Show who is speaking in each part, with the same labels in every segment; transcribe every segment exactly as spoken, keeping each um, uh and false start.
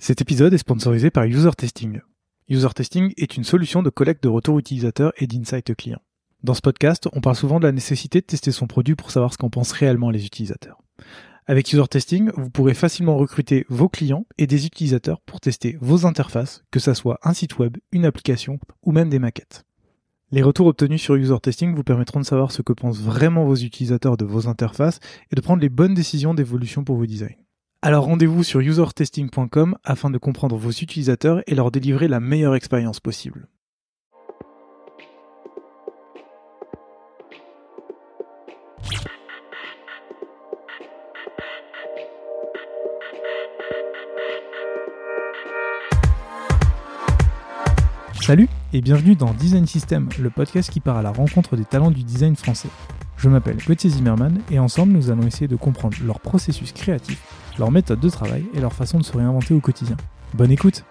Speaker 1: Cet épisode est sponsorisé par User Testing. User Testing est une solution de collecte de retours utilisateurs et d'insights clients. Dans ce podcast, on parle souvent de la nécessité de tester son produit pour savoir ce qu'en pensent réellement les utilisateurs. Avec User Testing, vous pourrez facilement recruter vos clients et des utilisateurs pour tester vos interfaces, que ça soit un site web, une application ou même des maquettes. Les retours obtenus sur User Testing vous permettront de savoir ce que pensent vraiment vos utilisateurs de vos interfaces et de prendre les bonnes décisions d'évolution pour vos designs. Alors rendez-vous sur user testing point com afin de comprendre vos utilisateurs et leur délivrer la meilleure expérience possible. Salut et bienvenue dans Design System, le podcast qui part à la rencontre des talents du design français. Je m'appelle Gauthier Zimmerman et ensemble nous allons essayer de comprendre leur processus créatif, leur méthode de travail et leur façon de se réinventer au quotidien. Bonne écoute!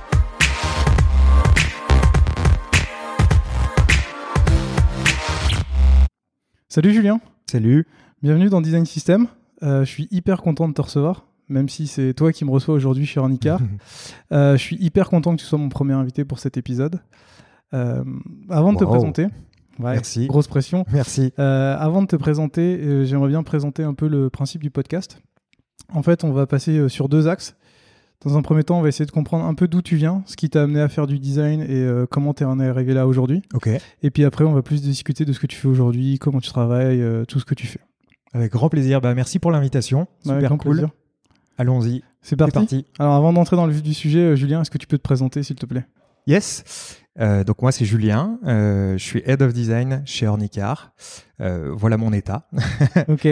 Speaker 1: Salut Julien!
Speaker 2: Salut!
Speaker 1: Bienvenue dans Design System. Euh, je suis hyper content de te recevoir, même si c'est toi qui me reçois aujourd'hui chez Ornicar. euh, je suis hyper content que tu sois mon premier invité pour cet épisode. Euh, avant de
Speaker 2: wow.
Speaker 1: te présenter...
Speaker 2: Ouais, merci.
Speaker 1: Grosse pression.
Speaker 2: Merci.
Speaker 1: Euh, avant de te présenter, euh, j'aimerais bien présenter un peu le principe du podcast. En fait, on va passer euh, sur deux axes. Dans un premier temps, on va essayer de comprendre un peu d'où tu viens, ce qui t'a amené à faire du design et euh, comment tu es arrivé là aujourd'hui.
Speaker 2: Ok.
Speaker 1: Et puis après, on va plus discuter de ce que tu fais aujourd'hui, comment tu travailles, euh, tout ce que tu fais.
Speaker 2: Avec grand plaisir. Bah, merci pour l'invitation.
Speaker 1: Ouais,
Speaker 2: super
Speaker 1: cool. Plaisir.
Speaker 2: Allons-y.
Speaker 1: C'est parti.
Speaker 2: C'est parti.
Speaker 1: Alors, avant d'entrer dans le vif du sujet, euh, Julien, est-ce que tu peux te présenter, s'il te plaît ?
Speaker 2: Yes. Euh, donc moi c'est Julien, euh, je suis Head of Design chez Ornicar. Euh, voilà mon état.
Speaker 1: Ok.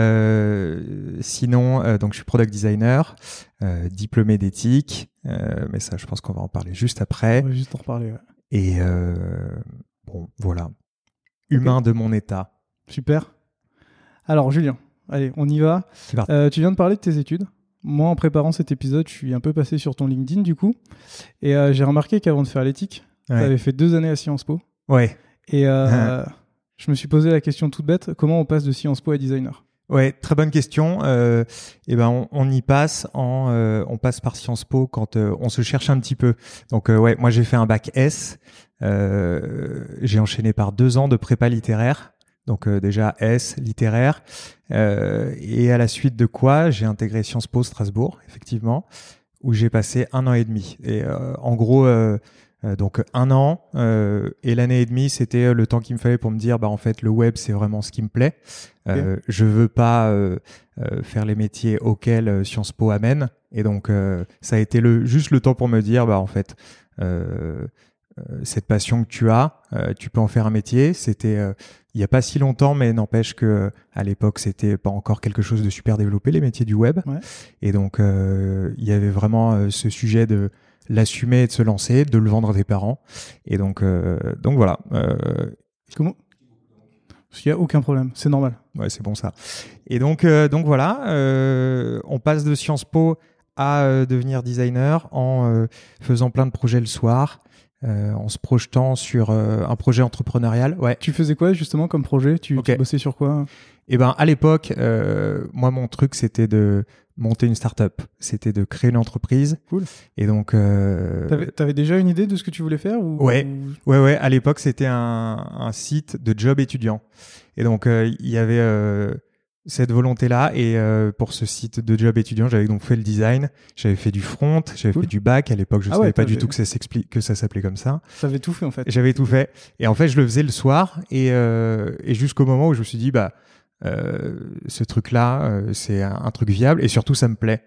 Speaker 2: euh, sinon euh, donc je suis Product Designer, euh, diplômé d'éthique, euh, mais ça je pense qu'on va en parler juste après.
Speaker 1: On va juste en reparler. Ouais.
Speaker 2: Et euh, bon voilà, humain okay. de mon état.
Speaker 1: Super. Alors Julien, allez on y va.
Speaker 2: C'est parti.
Speaker 1: Euh, tu viens de parler de tes études. Moi, en préparant cet épisode, je suis un peu passé sur ton LinkedIn, du coup. Et euh, j'ai remarqué qu'avant de faire l'éthique, ouais. tu avais fait deux années à Sciences Po.
Speaker 2: Ouais.
Speaker 1: Et euh, je me suis posé la question toute bête, comment on passe de Sciences Po à designer ?
Speaker 2: Ouais, très bonne question. Euh, et ben, on, on y passe en, euh, on passe par Sciences Po quand euh, on se cherche un petit peu. Donc, euh, ouais, moi, j'ai fait un bac S. Euh, j'ai enchaîné par deux ans de prépa littéraire. Donc euh, déjà S, littéraire, euh, et à la suite de quoi j'ai intégré Sciences Po Strasbourg, effectivement, où j'ai passé un an et demi. Et euh, en gros, euh, euh, donc un an euh, et l'année et demie, c'était le temps qu'il me fallait pour me dire, bah en fait, le web, c'est vraiment ce qui me plaît. Euh, okay. Je veux pas euh, euh, faire les métiers auxquels euh, Sciences Po amène. Et donc euh, ça a été le juste le temps pour me dire, bah en fait. Euh, Euh, cette passion que tu as, euh, tu peux en faire un métier. C'était euh, il y a pas si longtemps, mais n'empêche que à l'époque c'était pas encore quelque chose de super développé, les métiers du web.
Speaker 1: Ouais.
Speaker 2: Et donc euh, il y avait vraiment euh, ce sujet de l'assumer et de se lancer, de le vendre à tes parents. Et donc euh, donc voilà. Euh,
Speaker 1: Comment ? Parce qu'il y a aucun problème, c'est normal.
Speaker 2: Ouais, c'est bon ça. Et donc euh, donc voilà, euh, on passe de Sciences Po à euh, devenir designer en euh, faisant plein de projets le soir. Euh, en se projetant sur euh, un projet entrepreneurial. Ouais.
Speaker 1: Tu faisais quoi justement comme projet ? Tu,
Speaker 2: okay.
Speaker 1: tu bossais sur quoi ?
Speaker 2: Eh ben, à l'époque, euh, moi, mon truc, c'était de monter une start-up. C'était de créer une entreprise.
Speaker 1: Cool.
Speaker 2: Et donc... Euh...
Speaker 1: T'avais, t'avais déjà une idée de ce que tu voulais faire ou...
Speaker 2: Ouais, ouais, ouais. À l'époque, c'était un, un site de job étudiant. Et donc, il euh, y avait... Euh, cette volonté-là, et euh, pour ce site de job étudiant, j'avais donc fait le design, j'avais fait du front, j'avais cool. fait du bac. À l'époque, je ne ah savais ouais, pas du tout que ça, s'explique, que ça s'appelait comme ça.
Speaker 1: T'avais tout fait en fait.
Speaker 2: J'avais tout fait, et en fait, je le faisais le soir, et, euh, et jusqu'au moment où je me suis dit, bah, euh, ce truc-là, euh, c'est un, un truc viable, et surtout, ça me plaît,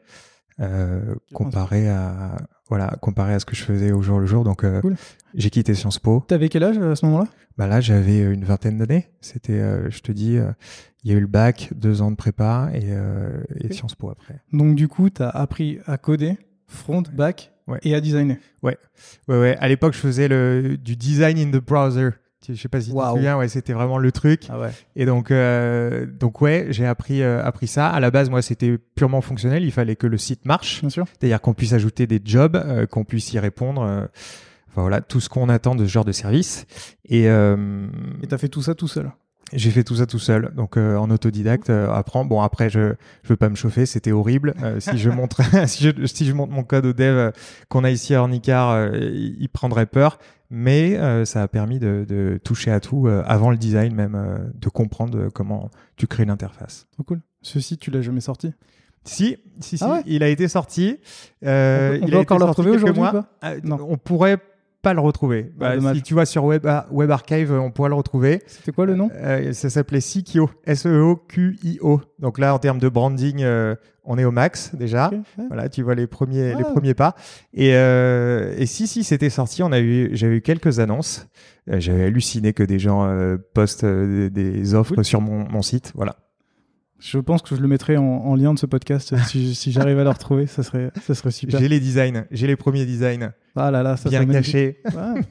Speaker 2: euh, comparé à voilà, comparé à ce que je faisais au jour le jour. Donc, euh, cool. J'ai quitté Sciences Po.
Speaker 1: T'avais quel âge à ce moment-là ?
Speaker 2: Bah là, j'avais une vingtaine d'années. C'était, euh, je te dis, euh, il y a eu le bac, deux ans de prépa et, euh, et okay. Sciences Po après.
Speaker 1: Donc du coup, t'as appris à coder, front, back
Speaker 2: ouais.
Speaker 1: et à designer.
Speaker 2: Ouais, ouais, ouais. À l'époque, je faisais le du design in the browser. Je sais pas si wow. tu te souviens, ouais, c'était vraiment le truc.
Speaker 1: Ah ouais.
Speaker 2: Et donc, euh, donc ouais, j'ai appris euh, appris ça. À la base, moi, c'était purement fonctionnel. Il fallait que le site marche.
Speaker 1: Bien sûr.
Speaker 2: C'est-à-dire qu'on puisse ajouter des jobs, euh, qu'on puisse y répondre. Euh, enfin voilà, tout ce qu'on attend de ce genre de service. Et euh,
Speaker 1: et t'as fait tout ça tout seul.
Speaker 2: J'ai fait tout ça tout seul, donc euh, en autodidacte. Euh, apprends. Bon, après, je je veux pas me chauffer, c'était horrible. Euh, si je montre si je si je montre mon code au dev euh, qu'on a ici à Ornicar, euh, il, il prendrait peur. Mais euh, ça a permis de, de toucher à tout euh, avant le design, même euh, de comprendre euh, comment tu crées une interface.
Speaker 1: Trop cool. Ceci, tu l'as jamais sorti?
Speaker 2: Si, si, si.
Speaker 1: Ah ouais,
Speaker 2: il a été sorti. Euh,
Speaker 1: on peut, on
Speaker 2: il
Speaker 1: peut
Speaker 2: a
Speaker 1: encore
Speaker 2: été
Speaker 1: le retrouver aujourd'hui ou pas?
Speaker 2: Euh,
Speaker 1: Non.
Speaker 2: On pourrait pas le retrouver.
Speaker 1: Ah,
Speaker 2: Bah, si tu vas sur Web, Web Archive, on pourra le retrouver.
Speaker 1: C'était quoi le nom?
Speaker 2: euh, Ça s'appelait Sequio, S E O Q I O. Donc là, en termes de branding, euh, on est au max déjà.
Speaker 1: Okay, ouais.
Speaker 2: Voilà, tu vois les premiers,
Speaker 1: ah.
Speaker 2: les premiers pas. Et, euh, et si, si, c'était sorti. On a eu, j'avais eu quelques annonces. Euh, j'avais halluciné que des gens euh, postent euh, des, des offres oui. sur mon, mon site. Voilà.
Speaker 1: Je pense que je le mettrai en, en lien de ce podcast si, si j'arrive à le retrouver, ça serait, ça serait super.
Speaker 2: J'ai les designs, j'ai les premiers designs.
Speaker 1: Ah là là, ça
Speaker 2: bien cachés.
Speaker 1: Ouais.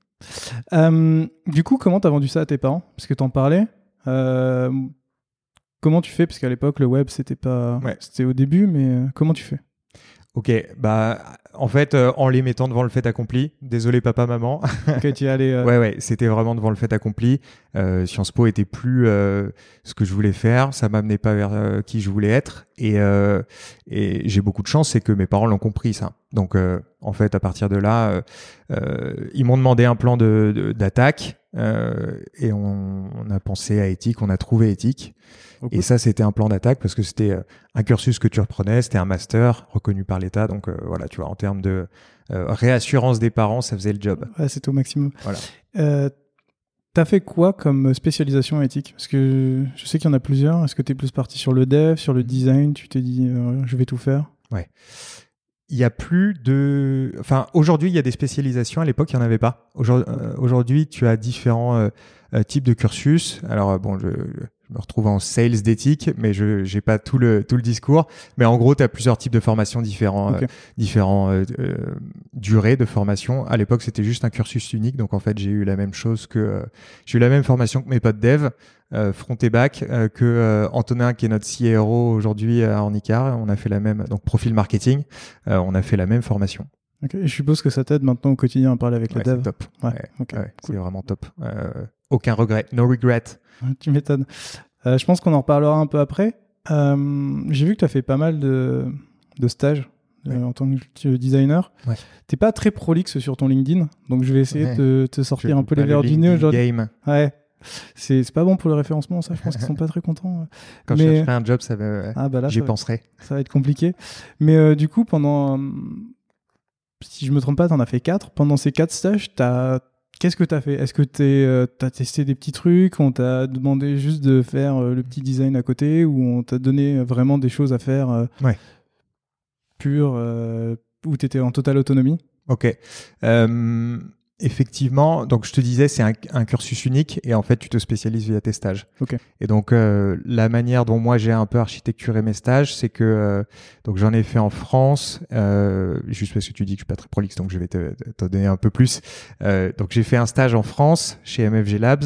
Speaker 1: euh, du coup, comment t'as vendu ça à tes parents? Parce que t'en parlais. Euh, comment tu fais? Parce qu'à l'époque, le web, c'était pas,
Speaker 2: ouais.
Speaker 1: c'était au début, mais euh, comment tu fais?
Speaker 2: Ok, bah en fait, euh, en les mettant devant le fait accompli. Désolé papa, maman.
Speaker 1: Ok, tu y allais. Euh...
Speaker 2: Ouais, ouais, c'était vraiment devant le fait accompli. Euh, Sciences Po était plus euh, ce que je voulais faire. Ça m'amenait pas vers euh, qui je voulais être. Et, euh, et j'ai beaucoup de chance, c'est que mes parents l'ont compris ça. Donc euh, en fait, à partir de là, euh, euh, ils m'ont demandé un plan de, de, d'attaque euh, et on, on a pensé à éthique. On a trouvé éthique. Et ça, c'était un plan d'attaque parce que c'était un cursus que tu reprenais, c'était un master reconnu par l'État. Donc euh, voilà, tu vois, en termes de euh, réassurance des parents, ça faisait le job.
Speaker 1: Ouais, c'était au maximum.
Speaker 2: Voilà.
Speaker 1: Euh, t'as fait quoi comme spécialisation éthique? Parce que je sais qu'il y en a plusieurs. Est-ce que t'es plus parti sur le dev, sur le design? Tu t'es dit, euh, je vais tout faire?
Speaker 2: Ouais. Il y a plus de... Enfin, aujourd'hui, il y a des spécialisations. À l'époque, il n'y en avait pas. Aujourd'hui, euh, aujourd'hui tu as différents euh, euh, types de cursus. Alors, euh, bon, je... Je me retrouve en sales d'éthique, mais je j'ai pas tout le tout le discours. Mais en gros, tu as plusieurs types de formations différents, okay. euh, différents euh, euh, durées de formation. À l'époque, c'était juste un cursus unique, donc en fait, j'ai eu la même chose que euh, j'ai eu la même formation que mes potes dev, euh, front et back, euh, que euh, Antonin, qui est notre C R O aujourd'hui à Ornicar. On a fait la même, donc profil marketing. Euh, on a fait la même formation.
Speaker 1: Okay. Et je suppose que ça t'aide maintenant au quotidien à parler avec
Speaker 2: ouais,
Speaker 1: les devs.
Speaker 2: C'est top.
Speaker 1: Ouais,
Speaker 2: ouais,
Speaker 1: okay.
Speaker 2: ouais,
Speaker 1: cool.
Speaker 2: C'est vraiment top. Euh, aucun regret, no regret.
Speaker 1: Tu m'étonnes. Euh, je pense qu'on en reparlera un peu après. Euh, j'ai vu que tu as fait pas mal de, de stages ouais. euh, en tant que designer.
Speaker 2: Ouais.
Speaker 1: T'es pas très prolixe sur ton LinkedIn, donc je vais essayer
Speaker 2: ouais.
Speaker 1: de te sortir
Speaker 2: je
Speaker 1: un peu les verres du nez aujourd'hui.
Speaker 2: Game.
Speaker 1: Ouais. C'est, c'est pas bon pour le référencement, ça. Je pense qu'ils sont pas très contents.
Speaker 2: Quand
Speaker 1: Mais...
Speaker 2: je chercherai un job, ça va...
Speaker 1: ah, bah là,
Speaker 2: j'y
Speaker 1: ça
Speaker 2: penserai.
Speaker 1: Va... Ça va être compliqué. Mais euh, du coup, pendant... Si je me trompe pas, t'en as fait quatre. Pendant ces quatre stages, t'as... Qu'est-ce que tu as fait? Est-ce que tu euh, as testé des petits trucs? On t'a demandé juste de faire euh, le petit design à côté? Ou on t'a donné vraiment des choses à faire euh,
Speaker 2: ouais.
Speaker 1: pures euh, où tu étais en totale autonomie?
Speaker 2: Ok. Euh, effectivement, donc je te disais, c'est un, un cursus unique et en fait, tu te spécialises via tes stages.
Speaker 1: Okay.
Speaker 2: Et donc, euh, la manière dont moi j'ai un peu architecturé mes stages, c'est que euh, donc j'en ai fait en France, euh, juste parce que tu dis que je suis pas très prolixe, donc je vais te, te donner un peu plus. Euh, donc, j'ai fait un stage en France chez M F G Labs,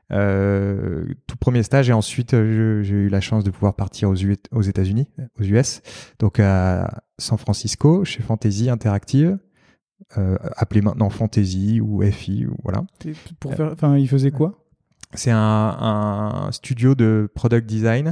Speaker 2: euh, tout premier stage, et ensuite je, j'ai eu la chance de pouvoir partir aux, U- aux États-Unis, aux U S, donc à San Francisco, chez Fantasy Interactive. Euh, appelé maintenant Fantasy ou F I ou voilà.
Speaker 1: Pour faire, enfin, il faisait quoi?
Speaker 2: C'est un, un studio de product design,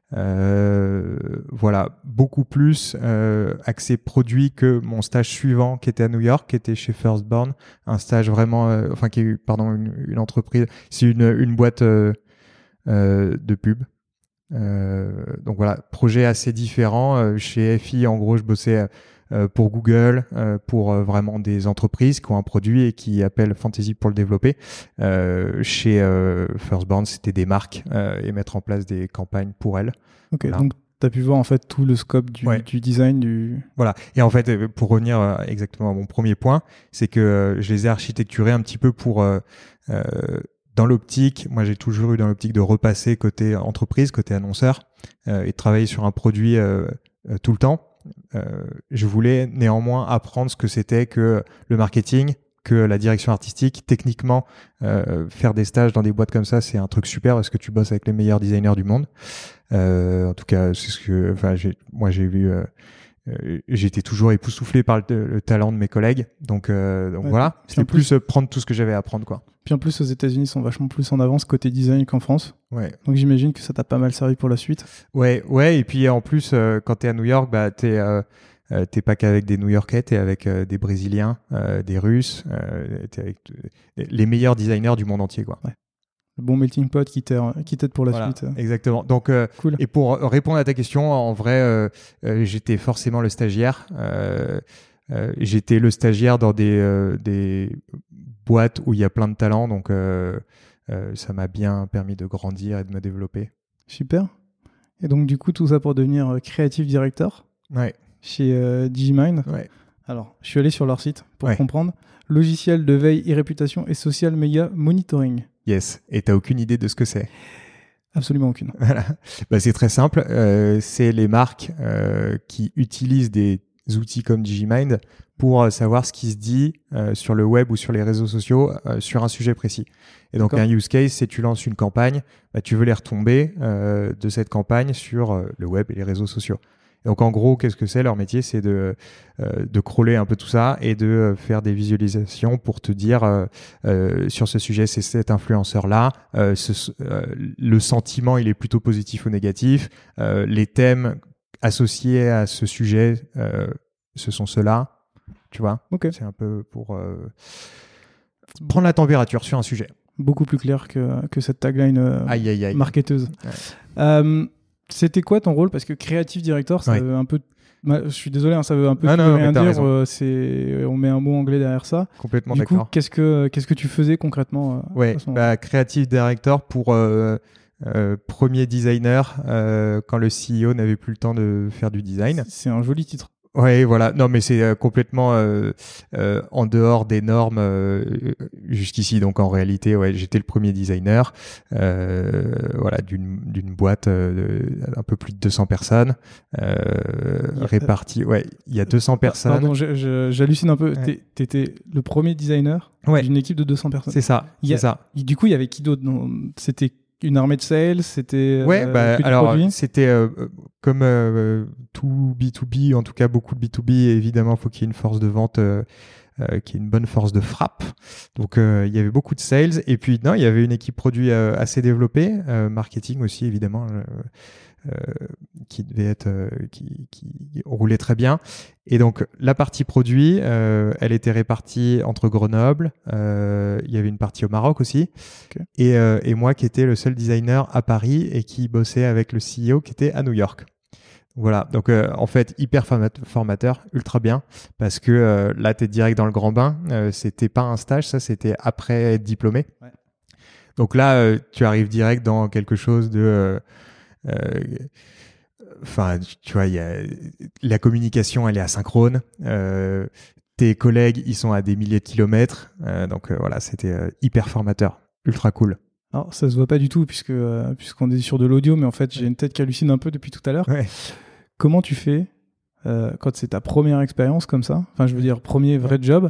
Speaker 2: euh, voilà, beaucoup plus euh, axé produit que mon stage suivant qui était à New York, qui était chez Firstborn, un stage vraiment, euh, enfin qui est eu, pardon, une, une entreprise, c'est une une boîte euh, euh, de pub. Euh, donc voilà, projet assez différent. Euh, chez F I, en gros, je bossais euh, Euh, pour Google, euh, pour euh, vraiment des entreprises qui ont un produit et qui appellent Fantasy pour le développer. Euh, chez euh, Firstborn, c'était des marques euh, et mettre en place des campagnes pour elles.
Speaker 1: Ok,
Speaker 2: voilà.
Speaker 1: Donc tu as pu voir en fait tout le scope du,
Speaker 2: ouais.
Speaker 1: du design. Du...
Speaker 2: Voilà. Et en fait, pour revenir euh, exactement à mon premier point, c'est que euh, je les ai architecturés un petit peu pour... Euh, euh, dans l'optique, moi j'ai toujours eu dans l'optique de repasser côté entreprise, côté annonceur, euh, et de travailler sur un produit euh, euh, tout le temps. Euh, je voulais néanmoins apprendre ce que c'était que le marketing, que la direction artistique. Techniquement, euh, faire des stages dans des boîtes comme ça, c'est un truc super parce que tu bosses avec les meilleurs designers du monde. Euh, en tout cas, c'est ce que, enfin, j'ai, moi j'ai vu. Euh, euh, j'ai été toujours époustouflé par le, le talent de mes collègues. Donc, euh, donc
Speaker 1: ouais,
Speaker 2: voilà, c'était plus, plus prendre tout ce que j'avais à apprendre, quoi.
Speaker 1: Puis en plus, aux États-Unis, ils sont vachement plus en avance côté design qu'en France.
Speaker 2: Ouais.
Speaker 1: Donc j'imagine que ça t'a pas mal servi pour la suite.
Speaker 2: Ouais, ouais. Et puis en plus, euh, quand t'es à New York, bah t'es euh, euh, t'es pas qu'avec des New-Yorkais, t'es avec euh, des Brésiliens, euh, des Russes, euh, t'es avec euh, les meilleurs designers du monde entier, quoi.
Speaker 1: Ouais. Le bon melting pot qui t'aide, qui t'aide pour la
Speaker 2: Voilà,
Speaker 1: suite.
Speaker 2: exactement. Donc, euh,
Speaker 1: Cool.
Speaker 2: Et pour répondre à ta question, en vrai, euh, euh, j'étais forcément le stagiaire. Euh, euh, j'étais le stagiaire dans des, euh, des boîtes où il y a plein de talents. Donc, euh, euh, ça m'a bien permis de grandir et de me développer.
Speaker 1: Super. Et donc, du coup, tout ça pour devenir euh, creative director
Speaker 2: Ouais.
Speaker 1: chez euh, Digimind.
Speaker 2: Ouais.
Speaker 1: Alors, je suis allé sur leur site pour
Speaker 2: Ouais.
Speaker 1: comprendre. Logiciel de veille et réputation et social media monitoring.
Speaker 2: Yes. Et t'as aucune idée de ce que c'est?
Speaker 1: Absolument aucune.
Speaker 2: Voilà. Bah, c'est très simple. Euh, c'est les marques euh, qui utilisent des outils comme Digimind pour euh, savoir ce qui se dit euh, sur le web ou sur les réseaux sociaux euh, sur un sujet précis. Et donc,
Speaker 1: D'accord.
Speaker 2: un use case, c'est tu lances une campagne, bah, tu veux les retombées euh, de cette campagne sur euh, le web et les réseaux sociaux. Et donc, en gros, qu'est-ce que c'est? Leur métier, c'est de, euh, de crawler un peu tout ça et de euh, faire des visualisations pour te dire euh, euh, sur ce sujet, c'est cet influenceur-là, euh, ce, euh, le sentiment, il est plutôt positif ou négatif, euh, les thèmes associés à ce sujet, euh, ce sont ceux-là, tu vois.
Speaker 1: Ok.
Speaker 2: C'est un peu pour euh, prendre la température sur un sujet.
Speaker 1: Beaucoup plus clair que, que cette tagline euh,
Speaker 2: Aïe, aïe, aïe.
Speaker 1: marketeuse.
Speaker 2: Ouais.
Speaker 1: Euh, c'était quoi ton rôle? Parce que creative director, ça
Speaker 2: Ouais.
Speaker 1: veut un peu... Je suis désolé, hein, ça veut un peu
Speaker 2: Ah
Speaker 1: tout
Speaker 2: non,
Speaker 1: et rien
Speaker 2: mais t'as
Speaker 1: dire.
Speaker 2: raison.
Speaker 1: euh, c'est... On met un mot anglais derrière ça.
Speaker 2: Complètement
Speaker 1: Du coup,
Speaker 2: d'accord.
Speaker 1: qu'est-ce que, qu'est-ce que tu faisais concrètement euh,
Speaker 2: Ouais,
Speaker 1: à ce moment-là?
Speaker 2: bah, creative director pour euh, euh, premier designer euh, quand le C E O n'avait plus le temps de faire du design.
Speaker 1: C'est un joli titre.
Speaker 2: Ouais, voilà. Non, mais c'est euh, complètement euh, euh, en dehors des normes euh, jusqu'ici. Donc en réalité, ouais, j'étais le premier designer, euh, voilà, d'une d'une boîte euh, un peu plus de deux cents personnes euh,
Speaker 1: Yeah.
Speaker 2: réparties. Ouais, il y a deux cents personnes.
Speaker 1: Pardon, je- je- j'hallucine un peu.
Speaker 2: Ouais.
Speaker 1: T'es- T'étais le premier designer
Speaker 2: Ouais.
Speaker 1: d'une équipe de deux cents personnes.
Speaker 2: C'est ça,
Speaker 1: Il y a-
Speaker 2: c'est ça.
Speaker 1: Et du coup, il y avait qui d'autre? dans- C'était une armée de sales? C'était
Speaker 2: Ouais,
Speaker 1: euh,
Speaker 2: bah,
Speaker 1: que du
Speaker 2: alors
Speaker 1: produit?
Speaker 2: c'était euh, comme euh, tout B deux B, en tout cas beaucoup de B deux B, évidemment, il faut qu'il y ait une force de vente, euh, euh, qui ait une bonne force de frappe. Donc euh, il y avait beaucoup de sales, et puis non, il y avait une équipe produit euh, assez développée, euh, marketing aussi évidemment, euh, euh, qui devait être, euh, qui, qui roulait très bien. Et donc la partie produit, euh, elle était répartie entre Grenoble, euh, il y avait une partie au Maroc aussi,
Speaker 1: Ok.
Speaker 2: et, euh, et moi qui étais le seul designer à Paris et qui bossait avec le C E O qui était à New York. Voilà, donc euh, en fait hyper format- formateur, ultra bien, parce que euh, là t'es direct dans le grand bain, euh, c'était pas un stage, ça c'était après être diplômé.
Speaker 1: Ouais.
Speaker 2: Donc là euh, tu arrives direct dans quelque chose de... euh, euh, Enfin, tu vois, il y a la communication, elle est asynchrone. Euh, tes collègues, ils sont à des milliers de kilomètres. Euh, donc euh, voilà, c'était euh, hyper formateur, ultra cool.
Speaker 1: Alors, ça se voit pas du tout puisque euh, puisqu'on est sur de l'audio, mais en fait, j'ai une tête qui hallucine un peu depuis tout à l'heure.
Speaker 2: Ouais.
Speaker 1: Comment tu fais euh, quand c'est ta première expérience comme ça? Enfin, je veux dire, premier vrai job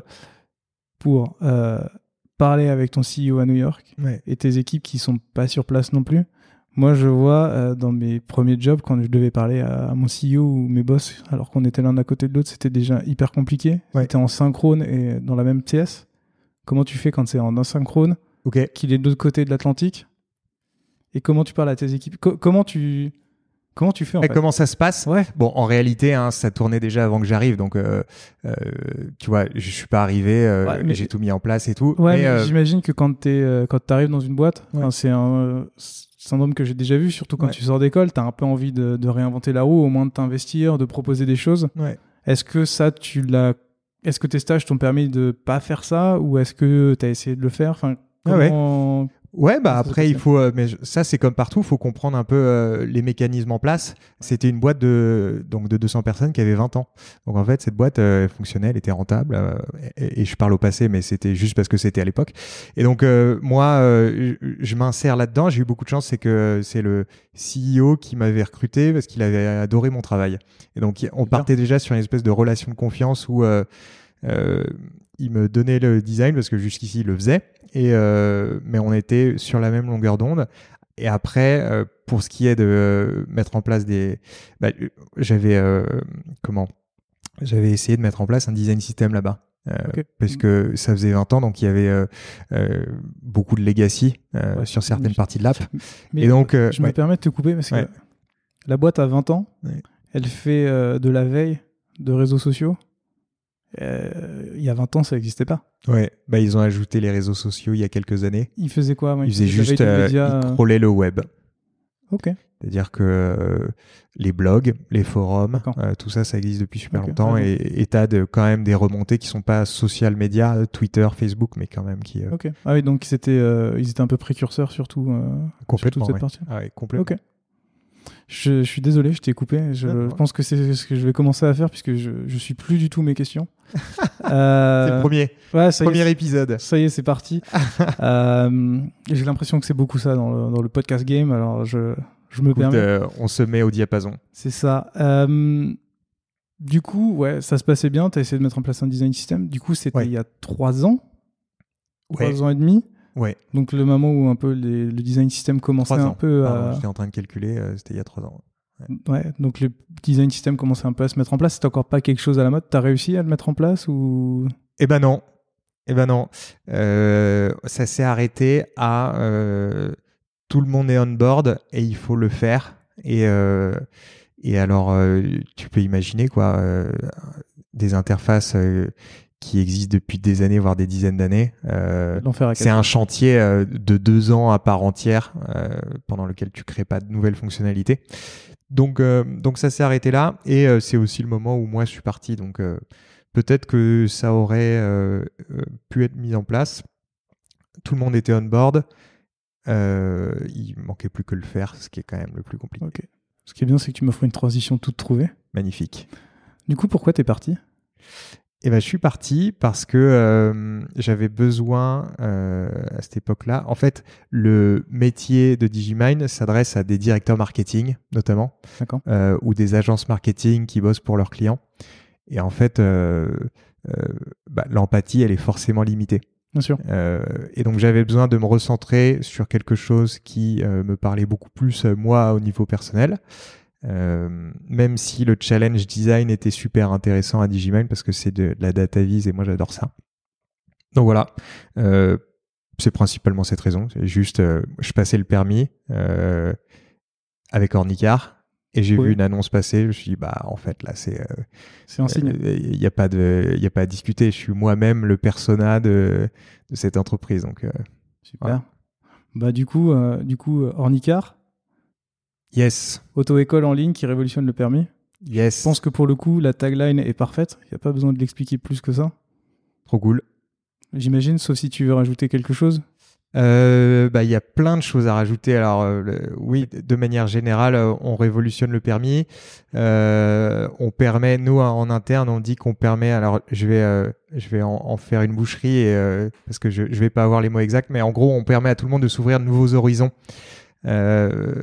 Speaker 1: pour euh, parler avec ton C E O à New York
Speaker 2: Ouais.
Speaker 1: et tes équipes qui sont pas sur place non plus. Moi, je vois euh, dans mes premiers jobs, quand je devais parler à, à mon C E O ou mes boss, alors qu'on était l'un à côté de l'autre, c'était déjà hyper compliqué.
Speaker 2: Ouais.
Speaker 1: C'était en synchrone et dans la même pièce. Comment tu fais quand c'est en asynchrone,
Speaker 2: Ok.
Speaker 1: qu'il est de l'autre côté de l'Atlantique? Et comment tu parles à tes équipes? Co- comment tu comment tu fais en
Speaker 2: Et
Speaker 1: fait?
Speaker 2: comment ça se passe?
Speaker 1: Ouais.
Speaker 2: Bon, en réalité, hein, ça tournait déjà avant que j'arrive, donc euh, euh, tu vois, je suis pas arrivé, euh,
Speaker 1: Ouais, mais-
Speaker 2: j'ai tout mis en place et tout.
Speaker 1: Ouais,
Speaker 2: mais,
Speaker 1: mais
Speaker 2: euh,
Speaker 1: j'imagine que quand t'es euh, quand t'arrives dans une boîte,
Speaker 2: Ouais.
Speaker 1: enfin, c'est un euh, syndrome que j'ai déjà vu, surtout quand
Speaker 2: Ouais.
Speaker 1: tu sors d'école, t'as un peu envie de, de réinventer la roue, au moins de t'investir, de proposer des choses.
Speaker 2: ouais.
Speaker 1: Est-ce que ça, tu l'as Est-ce que tes stages t'ont permis de pas faire ça, ou est-ce que t'as essayé de le faire? Enfin,
Speaker 2: Ah ouais.
Speaker 1: comment...
Speaker 2: Ouais, bah
Speaker 1: Ça,
Speaker 2: après
Speaker 1: c'est
Speaker 2: il faut, euh, mais je- ça c'est comme partout, il faut comprendre un peu euh, les mécanismes en place. C'était une boîte de donc de deux cents personnes qui avait vingt ans. Donc en fait cette boîte euh, fonctionnait, elle était rentable. euh, et, et je parle au passé, mais c'était juste parce que c'était à l'époque. Et donc euh, moi, euh, je, je m'insère là-dedans. J'ai eu beaucoup de chance, c'est que c'est le C E O qui m'avait recruté parce qu'il avait adoré mon travail. Et donc on partait déjà sur une espèce de relation de confiance où euh, euh, il me donnait le design parce que jusqu'ici il le faisait. Et euh, mais on était sur la même longueur d'onde. Et après, euh, pour ce qui est de euh, mettre en place des, bah, j'avais euh, comment, j'avais essayé de mettre en place un design system là-bas. Euh,
Speaker 1: Okay.
Speaker 2: parce que ça faisait vingt ans, donc il y avait euh, euh, beaucoup de legacy euh,
Speaker 1: Ouais,
Speaker 2: sur certaines
Speaker 1: mais-
Speaker 2: parties de l'app.
Speaker 1: Mais
Speaker 2: Et donc, euh,
Speaker 1: je
Speaker 2: ouais.
Speaker 1: me permets de te couper parce que
Speaker 2: Ouais.
Speaker 1: la boîte a vingt ans,
Speaker 2: Ouais.
Speaker 1: elle fait euh, de la veille de réseaux sociaux. Euh, il y a vingt ans, ça n'existait pas.
Speaker 2: Ouais, bah ils ont ajouté les réseaux sociaux il y a quelques années.
Speaker 1: Ils faisaient quoi? Ouais,
Speaker 2: Ils faisaient
Speaker 1: de la
Speaker 2: juste,
Speaker 1: veille de
Speaker 2: euh,
Speaker 1: médias,
Speaker 2: ils
Speaker 1: euh,
Speaker 2: crawlaient le web.
Speaker 1: Ok.
Speaker 2: C'est-à-dire que euh, les blogs, les forums,
Speaker 1: D'accord.
Speaker 2: euh, tout ça, ça existe depuis super
Speaker 1: Ok,
Speaker 2: longtemps.
Speaker 1: ouais,
Speaker 2: Et tu as quand même des remontées qui sont pas social media, euh, Twitter, Facebook, mais quand même qui... euh,
Speaker 1: Ok. Ah oui, donc c'était, euh, ils étaient un peu précurseurs surtout. Euh,
Speaker 2: complètement,
Speaker 1: sur toute cette
Speaker 2: ouais.
Speaker 1: partie.
Speaker 2: Ah ouais, complètement.
Speaker 1: Ok. Je, je suis désolé, je t'ai coupé. Je,
Speaker 2: Non, non.
Speaker 1: je pense que c'est ce que je vais commencer à faire puisque je, je suis plus du tout mes questions. euh,
Speaker 2: C'est le premier,
Speaker 1: ouais, ça y est,
Speaker 2: premier épisode.
Speaker 1: Ça y est, c'est parti. euh, j'ai l'impression que c'est beaucoup ça dans le, dans le podcast game. Alors, je, je me
Speaker 2: Écoute,
Speaker 1: permets.
Speaker 2: euh, on se met au diapason.
Speaker 1: C'est ça. Euh, du coup, ouais, ça se passait bien. Tu as essayé de mettre en place un design system. Du coup, c'était
Speaker 2: Ouais.
Speaker 1: il y a trois ans. Trois
Speaker 2: Ouais.
Speaker 1: ans et demi.
Speaker 2: Ouais,
Speaker 1: Donc, le moment où un peu les- le design system commençait
Speaker 2: trois
Speaker 1: un
Speaker 2: ans.
Speaker 1: peu
Speaker 2: Pardon,
Speaker 1: à.
Speaker 2: j'étais en train de calculer, euh, c'était il y a trois ans.
Speaker 1: Ouais, donc le design system commençait un peu à se mettre en place. C'était encore pas quelque chose à la mode. T'as réussi à le mettre en place ou
Speaker 2: Eh ben non. Eh ben non. Euh, ça s'est arrêté à euh, tout le monde est on board et il faut le faire. Et, euh, et alors, euh, tu peux imaginer quoi, euh, des interfaces euh, qui existent depuis des années, voire des dizaines d'années. Euh,
Speaker 1: l'enfer à
Speaker 2: c'est un chantier euh, de deux ans à part entière euh, pendant lequel tu crées pas de nouvelles fonctionnalités. Donc, euh, donc ça s'est arrêté là. Et euh, c'est aussi le moment où moi je suis parti. Donc euh, peut-être que ça aurait euh, euh, pu être mis en place. Tout le monde était on board. Euh, il manquait plus que le faire, ce qui est quand même le plus compliqué.
Speaker 1: Ok. Ce qui est bien, c'est que tu m'offres une transition toute trouvée.
Speaker 2: Magnifique.
Speaker 1: Du coup, pourquoi t'es parti?
Speaker 2: Et ben, je suis parti parce que euh, j'avais besoin euh, à cette époque-là. En fait, le métier de Digimind s'adresse à des directeurs marketing, notamment,
Speaker 1: D'accord.
Speaker 2: euh, ou des agences marketing qui bossent pour leurs clients. Et en fait, euh, euh, bah, l'empathie, elle est forcément limitée.
Speaker 1: Bien sûr.
Speaker 2: Euh, et donc, j'avais besoin de me recentrer sur quelque chose qui euh, me parlait beaucoup plus, euh, moi, au niveau personnel. Euh, même si le challenge design était super intéressant à Digimind parce que c'est de, de la data vise et moi j'adore ça. Donc voilà, euh, c'est principalement cette raison. C'est juste, euh, je passais le permis euh, avec Ornicar et j'ai
Speaker 1: Oui.
Speaker 2: vu une annonce passer. Je me suis dit bah en fait là c'est, euh,
Speaker 1: C'est un signe.
Speaker 2: il n'y a pas de, il y a pas à discuter. Je suis moi-même le persona de, de cette entreprise. Donc euh,
Speaker 1: Super.
Speaker 2: voilà.
Speaker 1: Bah du coup, euh, du coup, euh, Ornicar,
Speaker 2: Yes,
Speaker 1: auto-école en ligne qui révolutionne le permis.
Speaker 2: yes.
Speaker 1: Je pense que pour le coup, la tagline est parfaite. Il n'y a pas besoin de l'expliquer plus que ça.
Speaker 2: Trop cool.
Speaker 1: J'imagine, sauf si tu veux rajouter quelque chose.
Speaker 2: Euh, bah, il y a plein de choses à rajouter. Alors, euh, le, oui, de manière générale, euh, on révolutionne le permis. Euh, on permet, nous, en interne, on dit qu'on permet. Alors, je vais, euh, je vais en, en faire une boucherie et, euh, parce que je, je vais pas avoir les mots exacts, mais en gros, on permet à tout le monde de s'ouvrir de nouveaux horizons euh,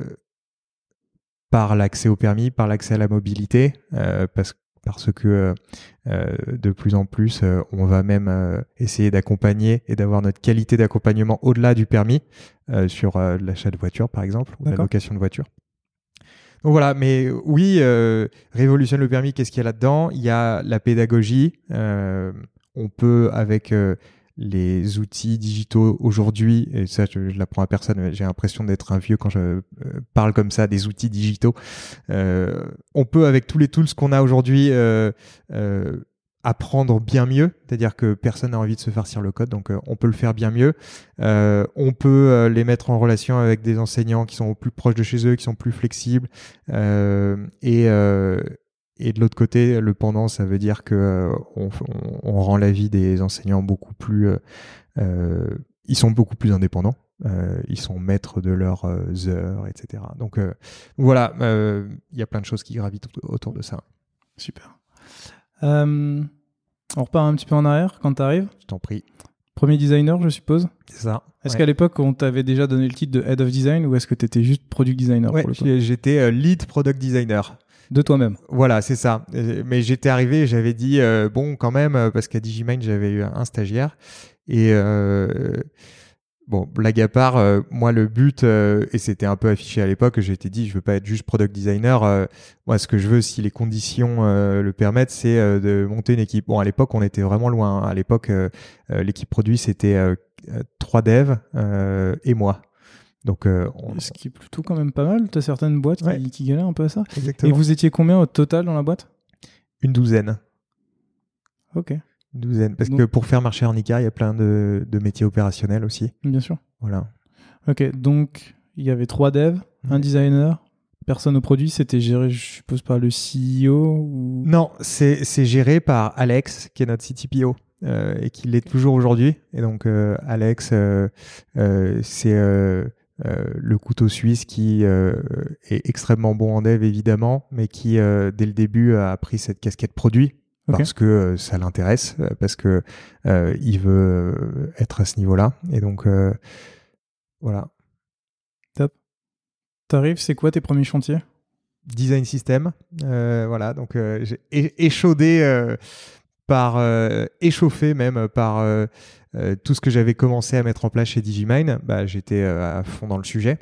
Speaker 2: par l'accès au permis, par l'accès à la mobilité, euh, parce que parce que euh, de plus en plus, euh, on va même euh, essayer d'accompagner et d'avoir notre qualité d'accompagnement au-delà du permis euh, sur euh, l'achat de voiture, par exemple, ou la
Speaker 1: D'accord.
Speaker 2: location de voiture. Donc voilà, mais oui, euh, révolutionne le permis, qu'est-ce qu'il y a là-dedans? Il y a la pédagogie. Euh, on peut, avec euh, les outils digitaux aujourd'hui, et ça je, je l'apprends à personne, mais j'ai l'impression d'être un vieux quand je euh, parle comme ça des outils digitaux, euh, on peut avec tous les tools qu'on a aujourd'hui euh, euh, apprendre bien mieux, c'est-à-dire que personne n'a envie de se farcir le code, donc euh, on peut le faire bien mieux. Euh, on peut euh, les mettre en relation avec des enseignants qui sont plus proches de chez eux, qui sont plus flexibles, euh, et euh, Et de l'autre côté, le pendant, ça veut dire que euh, on, on, on rend la vie des enseignants beaucoup plus... Euh, euh, ils sont beaucoup plus indépendants. Euh, ils sont maîtres de leurs euh, heures, et cetera. Donc euh, voilà, il euh, y a plein de choses qui gravitent autour de ça.
Speaker 1: Super. Euh, on repart un petit peu en arrière quand tu arrives.
Speaker 2: Je t'en prie.
Speaker 1: Premier designer, je suppose.
Speaker 2: C'est ça.
Speaker 1: Est-ce
Speaker 2: ouais.
Speaker 1: qu'à l'époque, on t'avait déjà donné le titre de Head of Design ou est-ce que tu étais juste Product Designer
Speaker 2: Ouais,
Speaker 1: pour le coup ?
Speaker 2: j'étais euh, Lead Product Designer.
Speaker 1: De toi-même.
Speaker 2: Voilà, c'est ça. Mais j'étais arrivé, j'avais dit, euh, bon, quand même, parce qu'à Digimind, j'avais eu un stagiaire. Et euh, bon, blague à part, euh, moi le but, euh, et c'était un peu affiché à l'époque, j'ai été dit, je veux pas être juste product designer. Euh, moi, ce que je veux, si les conditions euh, le permettent, c'est euh, de monter une équipe. Bon, à l'époque, on était vraiment loin. Hein. À l'époque, euh, euh, l'équipe produit, c'était euh, trois devs euh, et moi. Donc, euh, on...
Speaker 1: ce qui est plutôt quand même pas mal. T'as certaines boîtes ouais. qui, qui galèrent un peu à ça.
Speaker 2: Exactement.
Speaker 1: Et vous étiez combien au total dans la boîte ?
Speaker 2: Une douzaine.
Speaker 1: Ok.
Speaker 2: Une douzaine. Parce
Speaker 1: donc,
Speaker 2: que pour faire marcher Arnica, il y a plein de, de métiers opérationnels aussi.
Speaker 1: Bien sûr.
Speaker 2: Voilà.
Speaker 1: Ok, donc il y avait trois devs, ouais. un designer, personne au produit. C'était géré, je suppose, par le C E O ou...
Speaker 2: Non, c'est, c'est géré par Alex, qui est notre C T P O. Euh, et qui l'est toujours aujourd'hui. Et donc, euh, Alex, euh, euh, c'est euh, euh, le couteau suisse qui euh, est extrêmement bon en dev, évidemment, mais qui, euh, dès le début, a pris cette casquette produit. Okay. Parce que euh, ça l'intéresse, parce que euh, il veut être à ce niveau-là. Et donc, euh, voilà.
Speaker 1: Top. T'arrives, c'est quoi tes premiers chantiers ?
Speaker 2: Design system. Euh, voilà, donc euh, j'ai é- échaudé, euh, par, euh, échauffé même par euh, euh, tout ce que j'avais commencé à mettre en place chez Digimind. Bah, j'étais euh, à fond dans le sujet.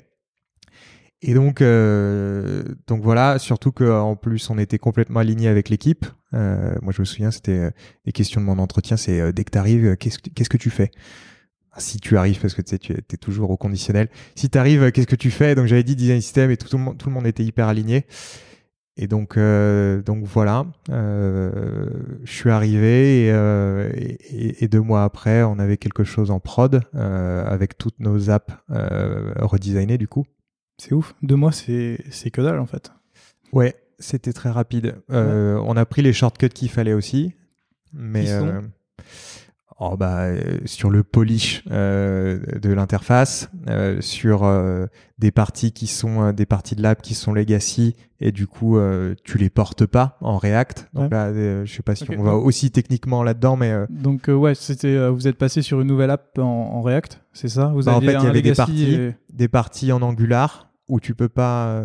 Speaker 2: Et donc, euh, donc voilà, surtout qu'en plus, on était complètement aligné avec l'équipe. Euh, moi, je me souviens, c'était euh, les questions de mon entretien, c'est euh, dès que tu arrives, qu'est-ce, qu'est-ce que tu fais ? Si tu arrives, parce que tu sais, tu es toujours au conditionnel. Si tu arrives, qu'est-ce que tu fais ? Donc, j'avais dit design system et tout, tout, le, monde, tout le monde était hyper aligné. Et donc, euh, donc voilà, euh, je suis arrivé et, euh, et, et deux mois après, on avait quelque chose en prod euh, avec toutes nos apps euh, redesignées du coup.
Speaker 1: C'est ouf. Deux mois, c'est, c'est que dalle en fait.
Speaker 2: Ouais, c'était très rapide. Euh, ouais. On a pris les shortcuts qu'il fallait aussi. Mais
Speaker 1: Qui sont
Speaker 2: euh, oh bah, euh, sur le polish euh, de l'interface, euh, sur euh, des parties qui sont euh, des parties de l'app qui sont legacy et du coup euh, tu les portes pas en React. Donc ouais. là, euh, je sais pas si okay. on va aussi techniquement là-dedans, mais euh,
Speaker 1: donc euh, ouais, c'était euh, vous êtes passé sur une nouvelle app en, en React, c'est ça ? Vous
Speaker 2: bah,
Speaker 1: aviez
Speaker 2: en fait, il y avait des parties,
Speaker 1: et...
Speaker 2: des parties en Angular où tu peux pas, euh,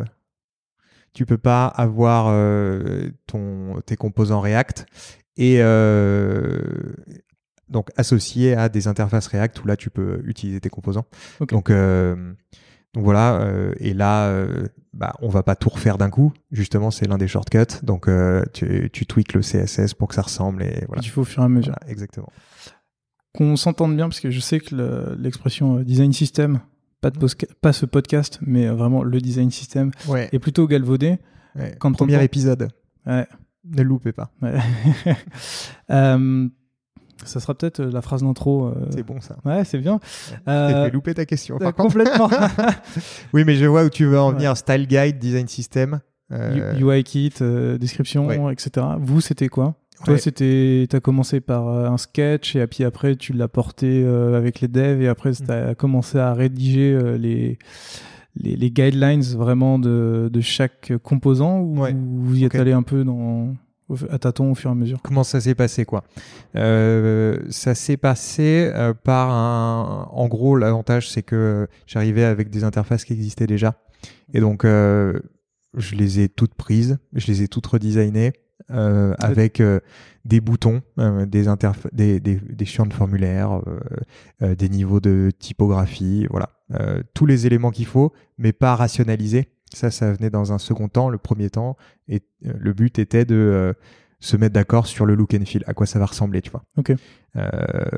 Speaker 2: tu peux pas avoir euh, ton tes composants React et euh, donc associé à des interfaces React où là tu peux utiliser tes composants. Okay. Donc, euh, donc voilà, euh, et là euh, bah, on va pas tout refaire d'un coup, justement c'est l'un des shortcuts, donc euh, tu, tu tweaks le C S S pour que ça ressemble et voilà.
Speaker 1: Il faut au fur et à mesure.
Speaker 2: Voilà, exactement.
Speaker 1: Qu'on s'entende bien, parce que je sais que le, l'expression design system, pas, de posca- pas ce podcast, mais vraiment le design system
Speaker 2: ouais.
Speaker 1: est plutôt galvaudé.
Speaker 2: Ouais. Quand Premier on... épisode.
Speaker 1: Ouais.
Speaker 2: Ne le loupez pas.
Speaker 1: Ouais. euh, ça sera peut-être la phrase d'intro. Euh...
Speaker 2: C'est bon ça.
Speaker 1: Ouais, c'est bien.
Speaker 2: Ouais. Euh... T'as fait louper ta question. Par
Speaker 1: complètement.
Speaker 2: Oui, mais je vois où tu veux en venir. Ouais. Style guide, design system.
Speaker 1: Euh... U I kit, euh, description, ouais. et cetera. Vous, c'était quoi ? Toi,
Speaker 2: ouais.
Speaker 1: c'était, t'as commencé par euh, un sketch et puis après tu l'as porté euh, avec les devs et après mmh. t'as commencé à rédiger euh, les, les les guidelines vraiment de de chaque composant ou ouais. vous y êtes okay. allé un peu dans à tâtons au fur et à mesure.
Speaker 2: Comment ça s'est passé quoi ? euh, Ça s'est passé euh, par un. En gros, l'avantage c'est que j'arrivais avec des interfaces qui existaient déjà et donc euh, je les ai toutes prises, je les ai toutes redesignées. Euh, avec euh, des boutons, euh, des, interfa- des, des, des champs de formulaire, euh, euh, des niveaux de typographie, voilà. Euh, tous les éléments qu'il faut, mais pas rationalisés. Ça, ça venait dans un second temps, le premier temps. Et euh, le but était de euh, se mettre d'accord sur le look and feel, à quoi ça va ressembler, tu vois.
Speaker 1: Okay.
Speaker 2: Euh,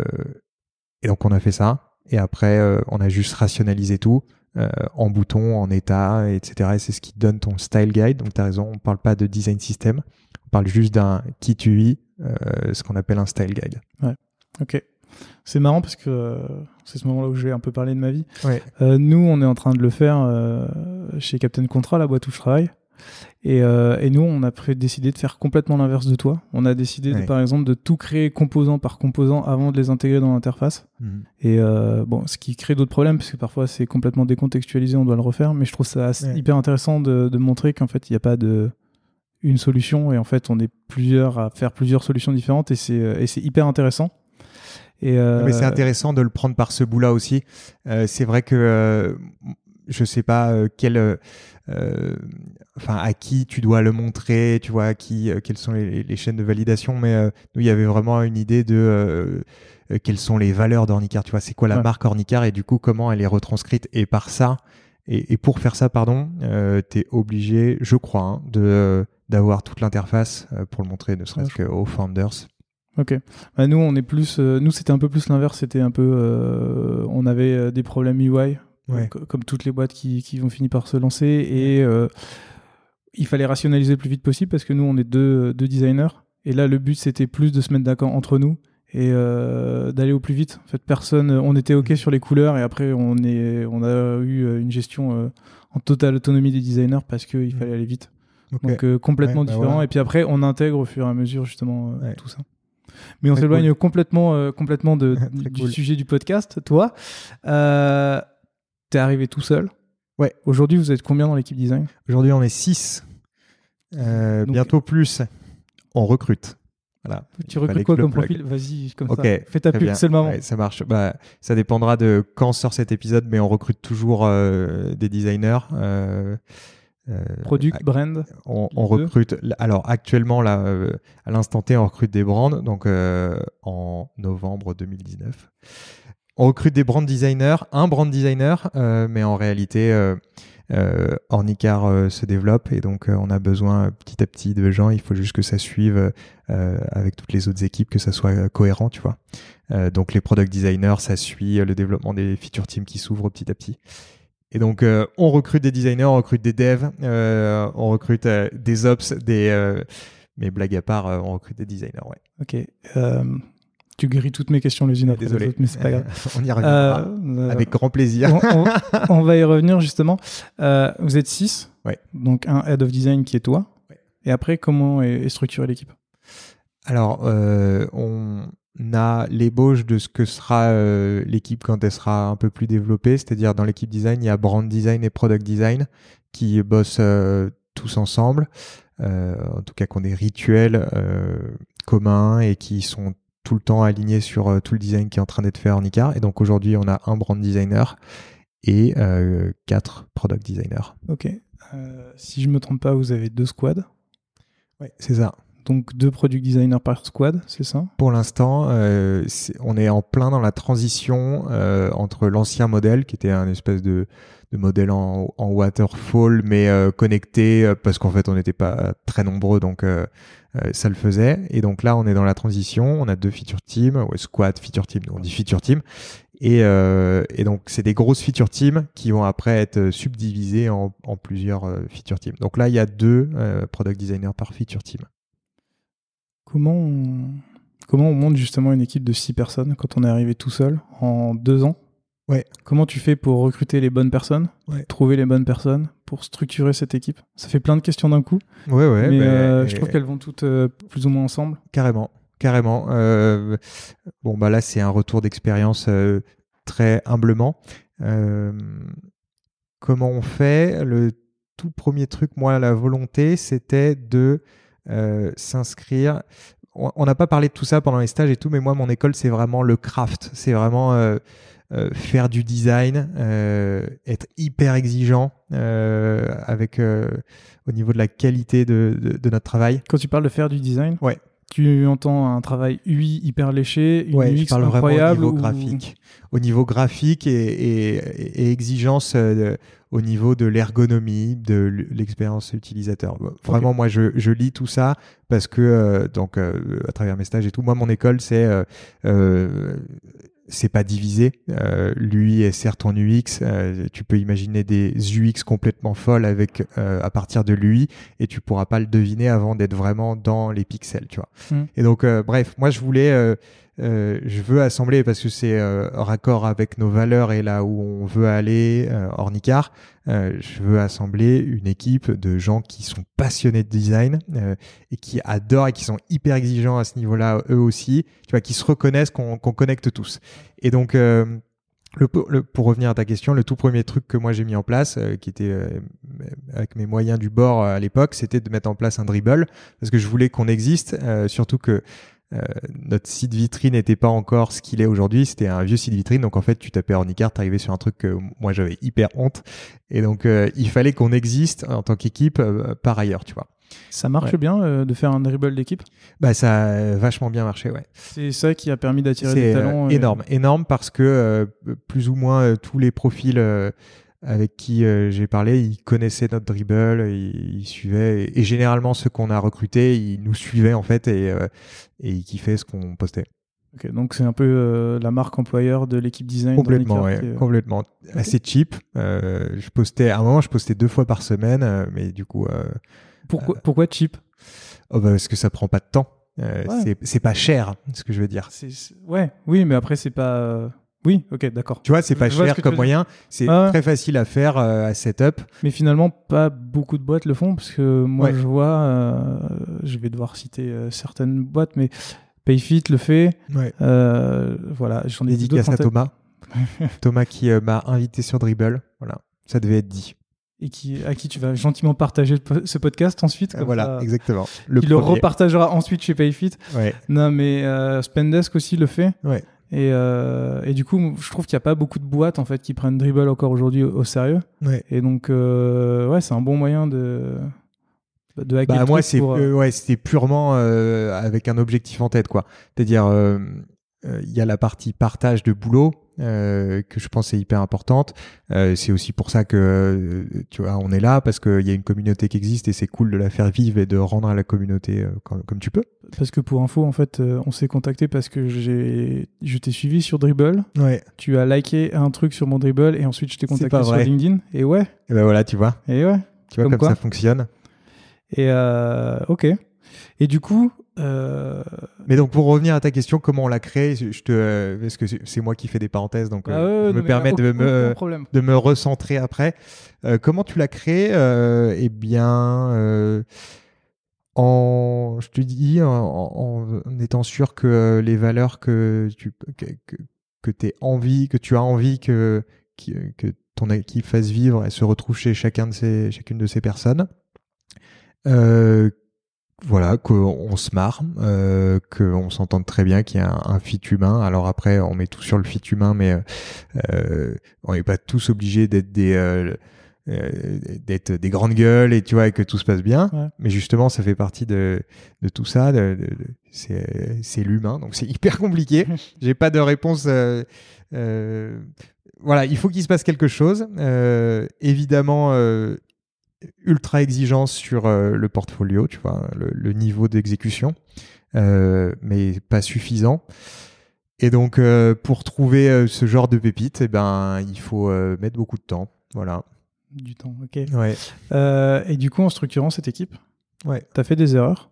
Speaker 2: et donc, on a fait ça. Et après, euh, on a juste rationalisé tout. Euh, en bouton, en état, et cetera. Et c'est ce qui te donne ton style guide. Donc, tu as raison, on ne parle pas de design system. On parle juste d'un kit U I, euh, ce qu'on appelle un style guide.
Speaker 1: Ouais, ok. C'est marrant parce que euh, c'est ce moment-là où je vais un peu parler de ma vie.
Speaker 2: Ouais.
Speaker 1: Euh, nous, on est en train de le faire euh, chez Captain Contrat, la boîte où je travaille. Et, euh, et nous, on a pré- décidé de faire complètement l'inverse de toi. On a décidé, ouais. de, par exemple, de tout créer composant par composant avant de les intégrer dans l'interface. Mmh. Et euh, bon, ce qui crée d'autres problèmes, parce que parfois, c'est complètement décontextualisé, on doit le refaire. Mais je trouve ça assez, ouais. hyper intéressant de, de montrer qu'en fait, il n'y a pas de... une solution et en fait on est plusieurs à faire plusieurs solutions différentes et c'est et c'est hyper intéressant et euh...
Speaker 2: mais c'est intéressant de le prendre par ce bout là aussi. Euh, c'est vrai que euh, je sais pas euh, quel euh, enfin à qui tu dois le montrer, tu vois, à qui euh, quelles sont les, les chaînes de validation, mais euh, nous il y avait vraiment une idée de euh, euh, quelles sont les valeurs d'Ornicar, tu vois, c'est quoi la
Speaker 1: ouais.
Speaker 2: marque Ornicar et du coup comment elle est retranscrite. Et par ça, et, et pour faire ça, pardon, euh, tu es obligé, je crois, hein, de, euh, d'avoir toute l'interface euh, pour le montrer, ne serait-ce
Speaker 1: ouais,
Speaker 2: qu'aux founders.
Speaker 1: Ok. Bah, nous, on est plus, euh, nous, c'était un peu plus l'inverse. C'était un peu, euh, on avait euh, des problèmes U I,
Speaker 2: Ouais.
Speaker 1: co- comme toutes les boîtes qui, qui ont fini par se lancer, et euh, il fallait rationaliser le plus vite possible parce que nous, on est deux, deux designers, et là, le but, c'était plus de se mettre d'accord entre nous et euh, d'aller au plus vite. En fait, personne, on était ok sur les couleurs, et après, on est, on a eu une gestion euh, en totale autonomie des designers parce qu'il fallait aller vite.
Speaker 2: Okay.
Speaker 1: Donc euh, complètement
Speaker 2: ouais, bah
Speaker 1: différent.
Speaker 2: voilà.
Speaker 1: Et puis après, on intègre au fur et à mesure justement euh,
Speaker 2: Ouais.
Speaker 1: tout ça. Mais on
Speaker 2: Très
Speaker 1: s'éloigne
Speaker 2: cool.
Speaker 1: complètement, euh, complètement de,
Speaker 2: Très
Speaker 1: du
Speaker 2: cool.
Speaker 1: sujet du podcast. Toi, euh, t'es arrivé tout seul.
Speaker 2: Ouais.
Speaker 1: Aujourd'hui, vous êtes combien dans l'équipe design ?
Speaker 2: Aujourd'hui, on est six. Euh,
Speaker 1: Donc,
Speaker 2: bientôt plus. On recrute. Voilà.
Speaker 1: tu
Speaker 2: Il
Speaker 1: recrutes
Speaker 2: fallait
Speaker 1: quoi
Speaker 2: que je
Speaker 1: comme
Speaker 2: le plug.
Speaker 1: profil ? Vas-y, comme
Speaker 2: Ok,
Speaker 1: ça. Fais ta
Speaker 2: très
Speaker 1: pub,
Speaker 2: bien.
Speaker 1: c'est le moment.
Speaker 2: Ouais, ça marche. Bah, ça dépendra de quand sort cet épisode, mais on recrute toujours euh, des designers. Euh, euh,
Speaker 1: Product, brand.
Speaker 2: on,
Speaker 1: les
Speaker 2: on
Speaker 1: deux.
Speaker 2: recrute. Alors actuellement, là, euh, à l'instant T, on recrute des brands. Donc euh, en novembre deux mille dix-neuf, on recrute des brand designers, un brand designer, euh, mais en réalité. Euh, Euh, Ornicar euh, se développe et donc euh, on a besoin euh, petit à petit de gens. Il faut juste que ça suive euh, avec toutes les autres équipes, que ça soit euh, cohérent, tu vois. Euh, donc les product designers, ça suit euh, le développement des feature teams qui s'ouvrent petit à petit. Et donc euh, on recrute des designers, on recrute des devs, euh, on recrute euh, des ops, des euh, mais blague à part, euh, on recrute des designers, ouais.
Speaker 1: Ok. Euh, tu grilles toutes mes questions les unes
Speaker 2: Euh,
Speaker 1: après
Speaker 2: désolé,
Speaker 1: les autres, mais c'est pas grave.
Speaker 2: on y reviendra
Speaker 1: Euh,
Speaker 2: avec grand plaisir.
Speaker 1: on, on, on va y revenir justement. Euh, vous êtes six,
Speaker 2: Ouais.
Speaker 1: Donc un head of design qui est toi.
Speaker 2: Ouais.
Speaker 1: Et après, comment est, est structurée l'équipe ?
Speaker 2: Alors, euh, on a l'ébauche de ce que sera euh, l'équipe quand elle sera un peu plus développée. C'est-à-dire, dans l'équipe design, il y a brand design et product design qui bossent euh, tous ensemble. Euh, en tout cas, qui ont des rituels euh, communs et qui sont tout le temps alignés sur euh, tout le design qui est en train d'être fait à Ornicar. Et donc, aujourd'hui, on a un brand designer et euh, quatre product designers.
Speaker 1: Ok. Euh, si je me trompe pas, vous avez deux squads.
Speaker 2: Ouais, c'est ça.
Speaker 1: Donc deux product designers par squad, c'est ça ?
Speaker 2: Pour l'instant, euh, c'est, on est en plein dans la transition euh, entre l'ancien modèle, qui était un espèce de, de modèle en, en waterfall, mais euh, connecté, euh, parce qu'en fait, on n'était pas très nombreux, donc euh, euh, ça le faisait. Et donc là, on est dans la transition. On a deux feature teams, ouais, squad, feature team, on dit feature team. Et, euh, et donc, c'est des grosses feature teams qui vont après être subdivisées en, en plusieurs euh, feature teams. Donc là, il y a deux euh, product designers par feature team.
Speaker 1: Comment on... Comment on monte justement une équipe de six personnes quand on est arrivé tout seul en deux ans ?
Speaker 2: Ouais.
Speaker 1: Comment tu fais pour recruter les bonnes personnes,
Speaker 2: Ouais.
Speaker 1: trouver les bonnes personnes, pour structurer cette équipe ? Ça fait plein de questions d'un coup,
Speaker 2: Ouais, ouais.
Speaker 1: mais
Speaker 2: bah,
Speaker 1: euh,
Speaker 2: et...
Speaker 1: je trouve qu'elles vont toutes euh, plus ou moins ensemble.
Speaker 2: Carrément, carrément. Euh, bon, bah là, c'est un retour d'expérience euh, très humblement. Euh, comment on fait ? Le tout premier truc, moi, la volonté, c'était de euh, s'inscrire. On n'a pas parlé de tout ça pendant les stages et tout, mais moi, mon école, c'est vraiment le craft. C'est vraiment euh, euh, faire du design, euh, être hyper exigeant euh, avec euh, au niveau de la qualité de, de, de notre travail.
Speaker 1: Quand tu parles de faire du design,
Speaker 2: Ouais.
Speaker 1: tu entends un travail U I hyper léché, une
Speaker 2: Ouais,
Speaker 1: U
Speaker 2: je
Speaker 1: X
Speaker 2: parle
Speaker 1: incroyable
Speaker 2: vraiment au niveau
Speaker 1: ou...
Speaker 2: graphique. Au niveau graphique et, et, et exigence euh, au niveau de l'ergonomie, de l'expérience utilisateur. Vraiment, okay. moi, je, je lis tout ça parce que, euh, donc, euh, à travers mes stages et tout, moi, mon école, c'est... Euh, euh, c'est pas divisé. Euh, L'U I est certes en U X. Euh, tu peux imaginer des U X complètement folles avec euh, à partir de l'U I et tu pourras pas le deviner avant d'être vraiment dans les pixels, tu vois. Mm. Et donc, euh, bref, moi je voulais, euh, euh, je veux assembler parce que c'est euh, raccord avec nos valeurs et là où on veut aller, euh, Ornicar. Euh, je veux assembler une équipe de gens qui sont passionnés de design euh, et qui adorent et qui sont hyper exigeants à ce niveau-là, eux aussi, tu vois, qui se reconnaissent, qu'on, qu'on connecte tous. Et donc, euh, le, le, pour revenir à ta question, le tout premier truc que moi j'ai mis en place, euh, qui était euh, avec mes moyens du bord euh, à l'époque, c'était de mettre en place un dribble parce que je voulais qu'on existe, euh, surtout que Euh, notre site vitrine n'était pas encore ce qu'il est aujourd'hui, c'était un vieux site vitrine, donc en fait tu tapais Ornicar, t'arrivais sur un truc que moi j'avais hyper honte et donc euh, il fallait qu'on existe en tant qu'équipe euh, par ailleurs, tu vois.
Speaker 1: Ça marche
Speaker 2: Ouais.
Speaker 1: bien euh, de faire un dribble d'équipe.
Speaker 2: Bah, ça a vachement bien marché, ouais.
Speaker 1: C'est ça qui a permis d'attirer
Speaker 2: C'est
Speaker 1: des talents.
Speaker 2: euh,
Speaker 1: et-
Speaker 2: énorme, énorme parce que euh, plus ou moins euh, tous les profils euh, avec qui euh, j'ai parlé, ils connaissaient notre dribble, ils, ils suivaient et, et généralement ceux qu'on a recrutés, ils nous suivaient en fait et, euh, et ils kiffaient ce qu'on postait.
Speaker 1: Ok, donc c'est un peu euh, la marque employeur de l'équipe design.
Speaker 2: Complètement,
Speaker 1: dans
Speaker 2: ouais,
Speaker 1: Nickart, et, euh,
Speaker 2: complètement. Assez cheap. Euh, je postais à un moment, je postais deux fois par semaine, euh, mais du coup, euh,
Speaker 1: Pourquoi, pourquoi cheap?
Speaker 2: oh bah, parce que ça prend pas de temps. Euh,
Speaker 1: Ouais.
Speaker 2: c'est, c'est pas cher, ce que je veux dire.
Speaker 1: C'est, c'est- Ouais, oui, mais après c'est pas. euh, Oui, ok, d'accord.
Speaker 2: Tu vois, c'est pas
Speaker 1: Je vois ce
Speaker 2: cher
Speaker 1: que tu
Speaker 2: comme
Speaker 1: veux dire.
Speaker 2: moyen. C'est
Speaker 1: Ah ouais.
Speaker 2: très facile à faire, euh, à setup.
Speaker 1: Mais finalement, pas beaucoup de boîtes le font parce que moi
Speaker 2: Ouais.
Speaker 1: je vois, euh, je vais devoir citer euh, certaines boîtes, mais Payfit le fait.
Speaker 2: Ouais.
Speaker 1: Euh, voilà, j'en ai dit
Speaker 2: Dédicace
Speaker 1: d'autres en
Speaker 2: à
Speaker 1: tête.
Speaker 2: Thomas. Thomas qui euh, m'a invité sur Dribble. Voilà, ça devait être dit.
Speaker 1: Et qui, à qui tu vas gentiment partager le po- ce podcast ensuite.
Speaker 2: Euh,
Speaker 1: Comme
Speaker 2: voilà,
Speaker 1: ça,
Speaker 2: exactement. Le
Speaker 1: il le
Speaker 2: premier.
Speaker 1: repartagera ensuite chez Payfit.
Speaker 2: Ouais,
Speaker 1: Non, mais euh, Spendesk aussi le fait.
Speaker 2: ouais.
Speaker 1: Et, euh, et du coup, je trouve qu'il n'y a pas beaucoup de boîtes en fait qui prennent Dribble encore aujourd'hui au, au sérieux.
Speaker 2: Ouais.
Speaker 1: Et donc, euh, ouais, c'est un bon moyen de, de hacker
Speaker 2: Bah
Speaker 1: le
Speaker 2: moi
Speaker 1: truc
Speaker 2: c'est
Speaker 1: pour, euh,
Speaker 2: euh, ouais c'était purement euh, avec un objectif en tête quoi. C'est-à-dire euh, euh, il y a la partie partage de boulot euh, que je pense est hyper importante. Euh, c'est aussi pour ça que euh, tu vois on est là parce qu'il y a une communauté qui existe et c'est cool de la faire vivre et de rendre à la communauté euh, comme, comme tu peux.
Speaker 1: Parce que pour info, en fait, euh, on s'est contacté parce que j'ai, je t'ai suivi sur Dribble.
Speaker 2: Ouais.
Speaker 1: Tu as liké un truc sur mon Dribble et ensuite je t'ai
Speaker 2: C'est
Speaker 1: contacté
Speaker 2: pas
Speaker 1: sur
Speaker 2: vrai.
Speaker 1: LinkedIn. Et ouais,
Speaker 2: Et ben voilà tu vois
Speaker 1: et ouais.
Speaker 2: tu vois
Speaker 1: Comme
Speaker 2: comme,
Speaker 1: quoi.
Speaker 2: ça fonctionne.
Speaker 1: Et euh, ok. Et du coup, euh,
Speaker 2: Mais donc pour revenir à ta question comment on l'a créé je je te euh, parce que c'est c'est moi qui fais des parenthèses donc
Speaker 1: ah
Speaker 2: euh,
Speaker 1: ouais,
Speaker 2: je
Speaker 1: non,
Speaker 2: me
Speaker 1: mais
Speaker 2: permets de
Speaker 1: aucun-
Speaker 2: me
Speaker 1: aucun problème.
Speaker 2: de me recentrer après. Euh, comment tu l'as créé euh, Eh bien, euh, en, je te dis, en, en- en étant sûr que euh, les valeurs que tu que, que, que t'aies envie, que tu as envie que qui- que ton équipe fasse vivre, elles se retrouvent chez chacun de ces chacune de ces personnes. Euh, voilà, qu'on se marre, euh, qu'on s'entende très bien, qu'il y a un, un fit humain. Alors après, on met tout sur le fit humain, mais euh, euh, on n'est pas tous obligés d'être des euh, euh, d'être des grandes gueules et tu vois et que tout se passe bien.
Speaker 1: Ouais.
Speaker 2: Mais justement, ça fait partie de de tout ça. De, de- de- c'est c'est l'humain, donc c'est hyper compliqué. J'ai pas de réponse. Euh, euh, voilà, il faut qu'il se passe quelque chose. Euh, évidemment. Euh, ultra exigence sur euh, le portfolio, tu vois, le, le niveau d'exécution, euh, mais pas suffisant. Et donc, euh, pour trouver euh, ce genre de pépites, eh ben, il faut euh, mettre beaucoup de temps. Voilà.
Speaker 1: Du temps, ok.
Speaker 2: Ouais.
Speaker 1: Euh, et du coup, en structurant cette équipe,
Speaker 2: Ouais.
Speaker 1: t'as fait des erreurs.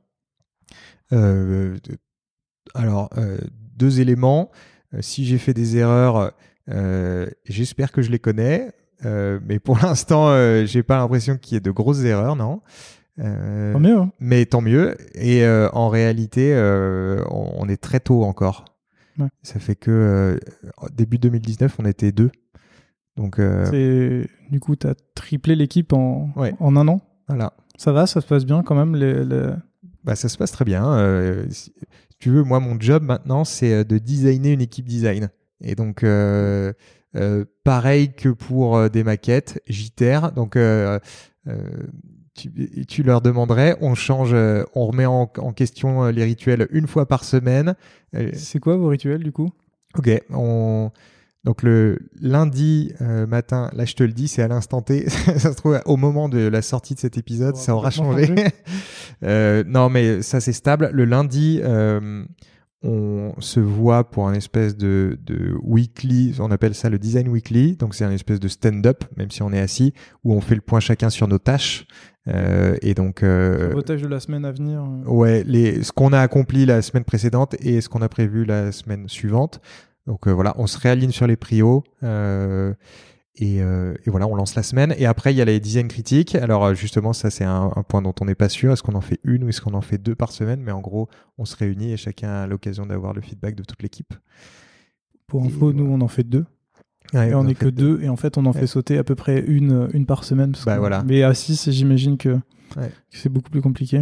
Speaker 2: Euh, de- alors, euh, deux éléments. Euh, si j'ai fait des erreurs, euh, j'espère que je les connais. Euh, mais pour l'instant, euh, j'ai pas l'impression qu'il y ait de grosses erreurs, non. Euh,
Speaker 1: Tant mieux. Hein.
Speaker 2: Mais tant mieux. Et euh, en réalité, euh, on, on est très tôt encore.
Speaker 1: Ouais.
Speaker 2: Ça fait que euh, début deux mille dix-neuf, on était deux. Donc euh,
Speaker 1: C'est... Du coup, t'as triplé l'équipe en...
Speaker 2: Ouais.
Speaker 1: en un an.
Speaker 2: voilà.
Speaker 1: Ça va, ça se passe bien quand même. Les, les...
Speaker 2: Bah, ça se passe très bien. Euh, si, si tu veux, moi, mon job maintenant, c'est de designer une équipe design. Et donc, euh, euh, pareil que pour euh, des maquettes, j'itère. Donc, euh, euh, tu, tu leur demanderais, on change, euh, on remet en, en question euh, les rituels une fois par semaine. Euh,
Speaker 1: C'est quoi vos rituels du coup?
Speaker 2: ok, on... Donc le lundi euh, matin, là je te le dis, c'est à l'instant T. Ça se trouve au moment de la sortie de cet épisode,
Speaker 1: Ça
Speaker 2: ça
Speaker 1: aura
Speaker 2: aura
Speaker 1: complètement
Speaker 2: changé. euh, non mais ça c'est stable. Le lundi, euh, on se voit pour un espèce de, de weekly, on appelle ça le design weekly. Donc c'est un espèce de stand-up, même si on est assis, où on fait le point chacun sur nos tâches. Euh, et donc euh,
Speaker 1: Vos tâches de la semaine à venir. euh.
Speaker 2: ouais, les, ce qu'on a accompli la semaine précédente et ce qu'on a prévu la semaine suivante. Donc euh, voilà, on se réaligne sur les prios euh, et, euh, et voilà, on lance la semaine. Et après, il y a les design critiques. Alors justement, ça c'est un, un point dont on n'est pas sûr. Est-ce qu'on en fait une ou est-ce qu'on en fait deux par semaine? Mais en gros, on se réunit et chacun a l'occasion d'avoir le feedback de toute l'équipe.
Speaker 1: Pour info,
Speaker 2: Et
Speaker 1: nous
Speaker 2: voilà.
Speaker 1: on en fait deux.
Speaker 2: Ouais,
Speaker 1: Et on
Speaker 2: en
Speaker 1: n'est
Speaker 2: fait
Speaker 1: que deux. Et en fait, on en
Speaker 2: Ouais.
Speaker 1: fait sauter à peu près une, une par semaine. parce
Speaker 2: Bah
Speaker 1: qu'on-
Speaker 2: voilà.
Speaker 1: Mais à six, j'imagine que,
Speaker 2: Ouais.
Speaker 1: que c'est beaucoup plus compliqué.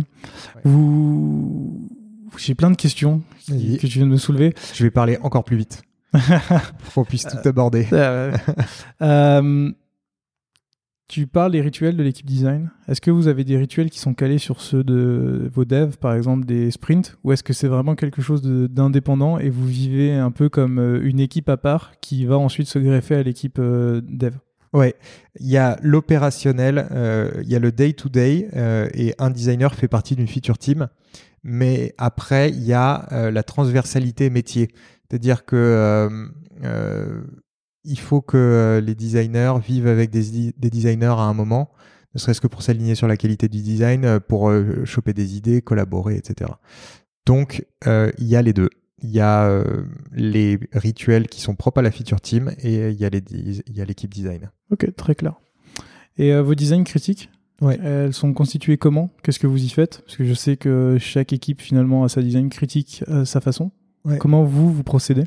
Speaker 1: Vous... J'ai plein de questions qui-
Speaker 2: Vas-y.
Speaker 1: que tu viens de me soulever.
Speaker 2: Je vais parler encore plus vite pour qu'on puisse tout aborder.
Speaker 1: Euh, euh, Tu parles des rituels de l'équipe design. Est-ce que vous avez des rituels qui sont calés sur ceux de vos devs, par exemple des sprints, ou est-ce que c'est vraiment quelque chose de, d'indépendant et vous vivez un peu comme une équipe à part qui va ensuite se greffer à l'équipe euh, dev?
Speaker 2: Ouais, il y a l'opérationnel, euh, il y a le day-to-day euh, et un designer fait partie d'une feature team. Mais après, il y a euh, la transversalité métier. C'est-à-dire que euh, euh, il faut que euh, les designers vivent avec des, des designers à un moment, ne serait-ce que pour s'aligner sur la qualité du design, pour euh, choper des idées, collaborer, et cetera. Donc, euh, il y a les deux. Il y a euh, les rituels qui sont propres à la feature team et il y a, les, il y a l'équipe design.
Speaker 1: Ok, très clair. Et euh, vos designs critiques,
Speaker 2: ouais.
Speaker 1: Elles sont constituées comment? Qu'est-ce que vous y faites? Parce que je sais que chaque équipe finalement a sa design critique à sa façon. Ouais. Comment vous, vous procédez?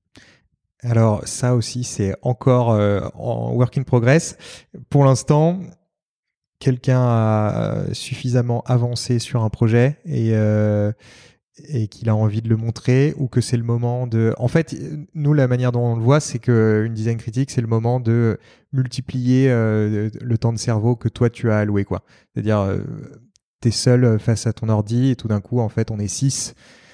Speaker 2: Alors ça aussi, c'est encore euh, en work in progress. Pour l'instant, quelqu'un a suffisamment avancé sur un projet et, euh, et qu'il a envie de le montrer, ou que c'est le moment de... En fait, nous, la manière dont on le voit, c'est qu'une design critique, c'est le moment de multiplier euh, le temps de cerveau que toi, tu as alloué, quoi. C'est-à-dire, euh, t'es seul face à ton ordi et tout d'un coup, en fait, on est six.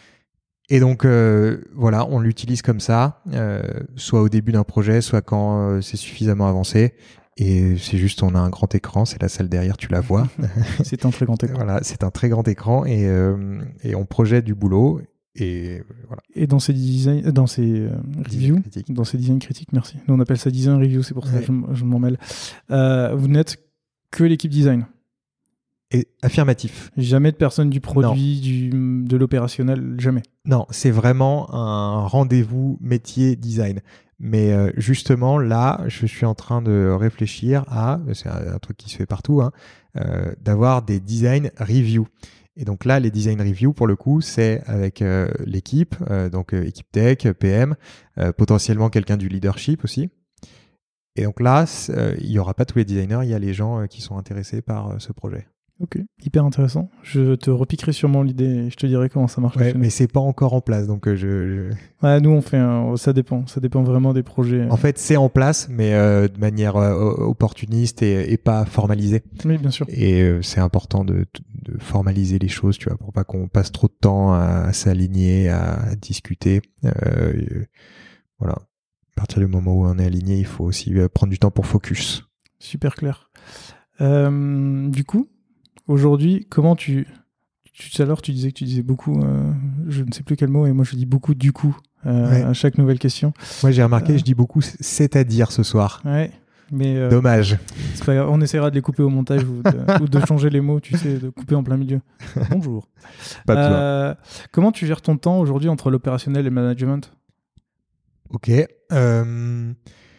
Speaker 2: Et donc, euh, voilà, on l'utilise comme ça, euh, soit au début d'un projet, soit quand euh, c'est suffisamment avancé. Et c'est juste, on a un grand écran, c'est la salle derrière, tu la vois.
Speaker 1: C'est un très grand écran.
Speaker 2: Voilà, c'est un très grand écran et, euh, et on projette du boulot. Et voilà.
Speaker 1: Et dans ces design, dans ces euh, reviews, dans ces designs critiques, merci. Nous on appelle ça design review, c'est pour ça ouais. que je, je m'en mêle. Euh, vous n'êtes que l'équipe design.
Speaker 2: Et affirmatif.
Speaker 1: Jamais de personne du produit, du, de l'opérationnel, jamais.
Speaker 2: Non, c'est vraiment un rendez-vous métier design. Mais euh, justement, là, je suis en train de réfléchir à, c'est un, un truc qui se fait partout, hein, euh, d'avoir des design reviews. Et donc là, les design reviews, pour le coup, c'est avec euh, l'équipe, euh, donc euh, équipe tech, P M, euh, potentiellement quelqu'un du leadership aussi. Et donc là, euh, il n'y aura pas tous les designers, il y a les gens euh, qui sont intéressés par euh, ce projet.
Speaker 1: Ok, hyper intéressant. Je te repiquerai sûrement l'idée et je te dirai comment ça marche.
Speaker 2: Ouais, mais c'est pas encore en place, donc euh, je, je...
Speaker 1: Ouais, nous on fait un... ça dépend, ça dépend vraiment des projets.
Speaker 2: En fait, c'est en place, mais euh, de manière euh, opportuniste et, et pas formalisée.
Speaker 1: Oui, bien sûr.
Speaker 2: Et euh, c'est important de, de formaliser les choses, tu vois, pour pas qu'on passe trop de temps à, à s'aligner, à, à discuter. Euh, et, voilà. À partir du moment où on est aligné, il faut aussi prendre du temps pour focus.
Speaker 1: Super clair. Euh, du coup. Aujourd'hui, comment tu... tu... Tout à l'heure, tu disais que tu disais beaucoup, euh, je ne sais plus quel mot, et moi je dis beaucoup du coup euh, ouais. à chaque nouvelle question.
Speaker 2: Moi j'ai remarqué, euh... je dis beaucoup c'est-à-dire ce soir.
Speaker 1: Ouais, mais... Euh,
Speaker 2: Dommage.
Speaker 1: C'est pas grave, on essaiera de les couper au montage ou de, ou de changer les mots, tu sais, de couper en plein milieu. Bonjour.
Speaker 2: Pas de
Speaker 1: euh, comment tu gères ton temps aujourd'hui entre l'opérationnel et le management?
Speaker 2: Ok. Euh...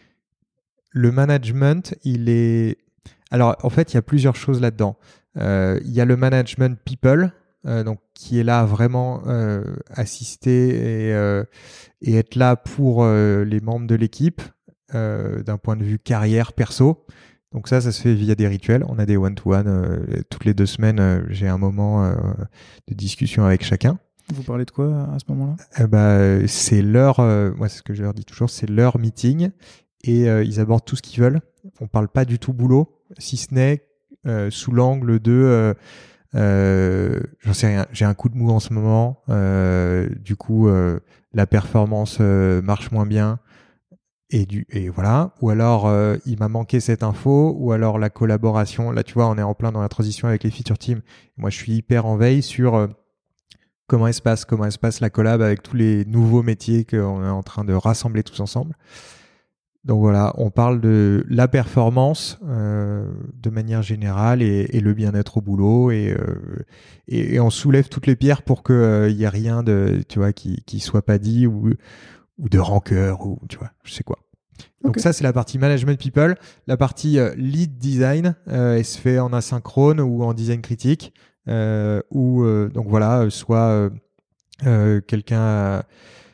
Speaker 2: Le management, il est... Alors en fait, il y a plusieurs choses là-dedans. Il euh, y a le management people, euh, donc qui est là vraiment euh, assister et, euh, et être là pour euh, les membres de l'équipe euh, d'un point de vue carrière perso. Donc ça, ça se fait via des rituels. On a des one-to-one euh, toutes les deux semaines. Euh, j'ai un moment euh, de discussion avec chacun.
Speaker 1: Vous parlez de quoi à ce moment-là?
Speaker 2: euh, bah, c'est leur, euh, moi c'est ce que je leur dis toujours, c'est leur meeting et euh, ils abordent tout ce qu'ils veulent. On parle pas du tout boulot, si ce n'est Euh, sous l'angle de euh, euh, j'en sais rien, j'ai un coup de mou en ce moment, euh, du coup euh, la performance euh, marche moins bien et du et voilà, ou alors euh, il m'a manqué cette info, ou alors la collaboration, là tu vois on est en plein dans la transition avec les feature teams, moi je suis hyper en veille sur euh, comment elle se passe comment elle se passe la collab avec tous les nouveaux métiers qu'on est en train de rassembler tous ensemble. Donc voilà, on parle de la performance euh, de manière générale et, et le bien-être au boulot et, euh, et, et on soulève toutes les pierres pour qu'il euh, y ait rien de, tu vois, qui qui soit pas dit ou ou de rancœur ou tu vois, je sais quoi. Donc okay. Ça c'est la partie management people. La partie euh, lead design, euh, elle se fait en asynchrone ou en design critique euh, ou euh, donc voilà, soit euh, euh, quelqu'un a,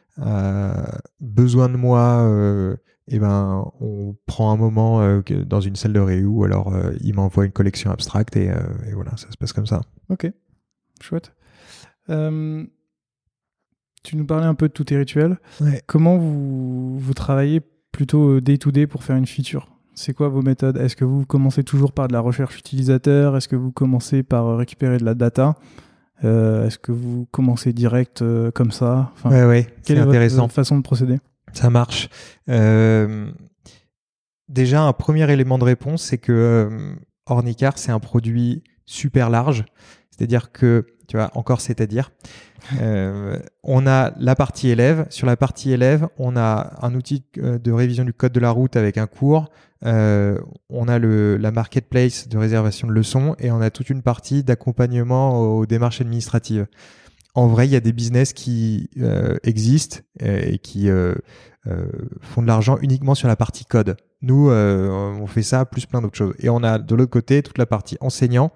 Speaker 2: a besoin de moi. Euh, et eh ben on prend un moment euh, dans une salle de réu ou alors euh, il m'envoie une collection abstracte et, euh, et voilà, ça se passe comme ça.
Speaker 1: Ok, chouette. Euh, tu nous parlais un peu de tous tes rituels.
Speaker 2: Ouais.
Speaker 1: Comment vous, vous travaillez plutôt day to day pour faire une feature? C'est quoi vos méthodes? Est-ce que vous commencez toujours par de la recherche utilisateur? Est-ce que vous commencez par récupérer de la data? euh, Est-ce que vous commencez direct euh, comme ça? Enfin,
Speaker 2: ouais, ouais,
Speaker 1: quelle
Speaker 2: c'est
Speaker 1: est
Speaker 2: intéressant.
Speaker 1: votre façon de procéder?
Speaker 2: Ça marche. Euh, déjà, un premier élément de réponse, c'est que euh, Ornicar, c'est un produit super large. C'est-à-dire que, tu vois, encore c'est-à-dire, euh, on a la partie élève. Sur la partie élève, on a un outil de révision du code de la route avec un cours. Euh, on a le, la marketplace de réservation de leçons et on a toute une partie d'accompagnement aux démarches administratives. En vrai, il y a des business qui euh, existent et qui euh, euh, font de l'argent uniquement sur la partie code. Nous, euh, on fait ça plus plein d'autres choses. Et on a de l'autre côté toute la partie enseignant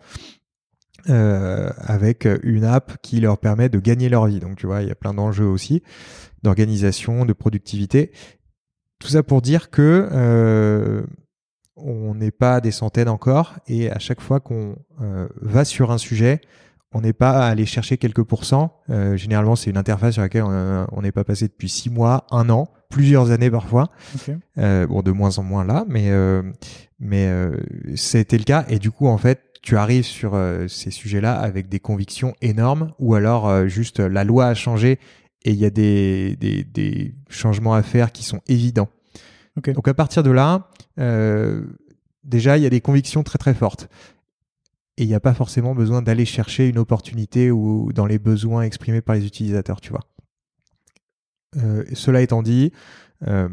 Speaker 2: euh, avec une app qui leur permet de gagner leur vie. Donc, tu vois, il y a plein d'enjeux aussi d'organisation, de productivité. Tout ça pour dire que euh, on n'est pas des centaines encore et à chaque fois qu'on euh, va sur un sujet, on n'est pas à aller chercher quelques pourcents. Euh, généralement, c'est une interface sur laquelle on n'est pas passé depuis six mois, un an, plusieurs années parfois.
Speaker 1: Okay.
Speaker 2: Euh, bon, de moins en moins là, mais euh, mais euh, c'était le cas. Et du coup, en fait, tu arrives sur euh, ces sujets-là avec des convictions énormes, ou alors euh, juste la loi a changé et il y a des, des des changements à faire qui sont évidents.
Speaker 1: Okay.
Speaker 2: Donc à partir de là, euh, déjà, il y a des convictions très très fortes. Et il n'y a pas forcément besoin d'aller chercher une opportunité ou dans les besoins exprimés par les utilisateurs, tu vois. Euh, cela étant dit, euh,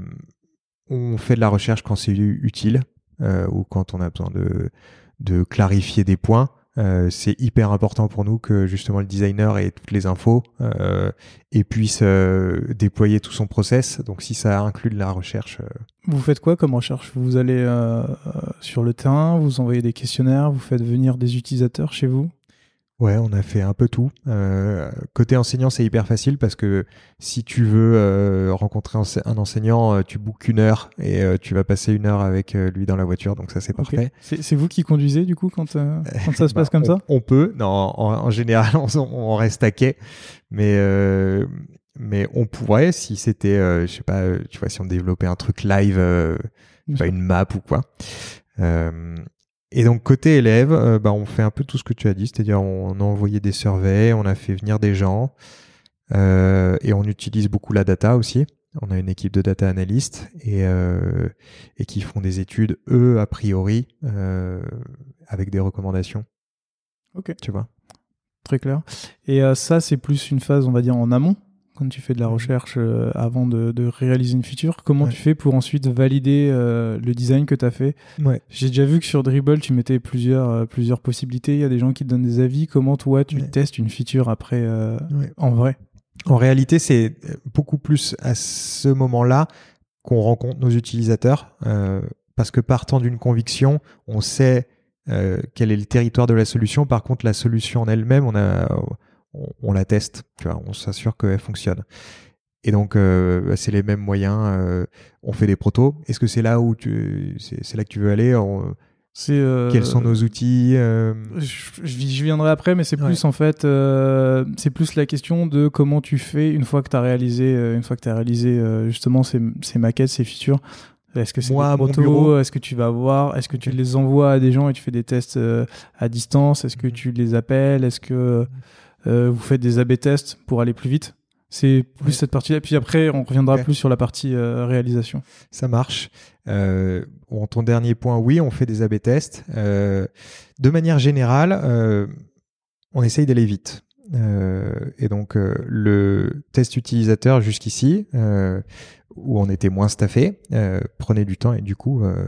Speaker 2: on fait de la recherche quand c'est utile euh, ou quand on a besoin de, de clarifier des points. Euh, c'est hyper important pour nous que justement le designer ait toutes les infos euh, et puisse euh, déployer tout son process. Donc si ça inclut de la recherche. Euh...
Speaker 1: Vous faites quoi comme recherche? Vous allez euh, sur le terrain, vous envoyez des questionnaires, vous faites venir des utilisateurs chez vous?
Speaker 2: Ouais, on a fait un peu tout. Euh, côté enseignant, c'est hyper facile parce que si tu veux euh, rencontrer un enseignant, tu bookes une heure et euh, tu vas passer une heure avec euh, lui dans la voiture, donc ça c'est
Speaker 1: okay.
Speaker 2: parfait.
Speaker 1: C'est, c'est vous qui conduisez du coup quand, euh, quand ça se
Speaker 2: bah,
Speaker 1: passe comme
Speaker 2: on,
Speaker 1: ça?
Speaker 2: On peut, non, en, en général on, on reste à quai, mais euh, mais on pourrait si c'était, euh, je sais pas, tu vois, si on développait un truc live, euh, pas une map ou quoi. Euh, Et donc côté élève, euh, bah, on fait un peu tout ce que tu as dit, c'est-à-dire on a envoyé des surveys, on a fait venir des gens euh, et on utilise beaucoup la data aussi. On a une équipe de data analystes et, euh, et qui font des études, eux, a priori, euh, avec des recommandations.
Speaker 1: Ok.
Speaker 2: Tu vois.
Speaker 1: Très clair. Et euh, ça, c'est plus une phase, on va dire, en amont, quand tu fais de la recherche euh, avant de, de réaliser une feature. Comment ouais. tu fais pour ensuite valider euh, le design que tu as fait?
Speaker 2: Ouais.
Speaker 1: J'ai déjà vu que sur Dribbble, tu mettais plusieurs, euh, plusieurs possibilités. Il y a des gens qui te donnent des avis. Comment toi, tu ouais. testes une feature après euh, ouais. en vrai?
Speaker 2: En réalité, c'est beaucoup plus à ce moment-là qu'on rencontre nos utilisateurs euh, parce que partant d'une conviction, on sait euh, quel est le territoire de la solution. Par contre, la solution en elle-même, on a... On, on la teste, tu vois, on s'assure qu'elle fonctionne. Et donc, euh, c'est les mêmes moyens. Euh, on fait des protos. Est-ce que c'est là où tu, c'est, c'est là que tu veux aller? on,
Speaker 1: c'est, euh,
Speaker 2: Quels sont nos outils? euh...
Speaker 1: je, je viendrai après, mais c'est plus ouais. en fait, euh, c'est plus la question de comment tu fais une fois que tu as réalisé, euh, une fois que tu as réalisé euh, justement ces, ces maquettes, ces features. Est-ce que c'est
Speaker 2: Moi,
Speaker 1: des protos? Est-ce que tu vas voir? Est-ce que tu les envoies à des gens et tu fais des tests euh, à distance? Est-ce que tu les appelles? Est-ce que Euh, vous faites des A B tests pour aller plus vite? C'est plus ouais. cette partie-là. Puis après, on reviendra okay. plus sur la partie euh, réalisation.
Speaker 2: Ça marche. Euh, bon, ton dernier point, oui, on fait des A B tests. Euh, de manière générale, euh, on essaye d'aller vite. Euh, et donc, euh, le test utilisateur jusqu'ici, euh, où on était moins staffé, euh, prenait du temps et du coup... Euh,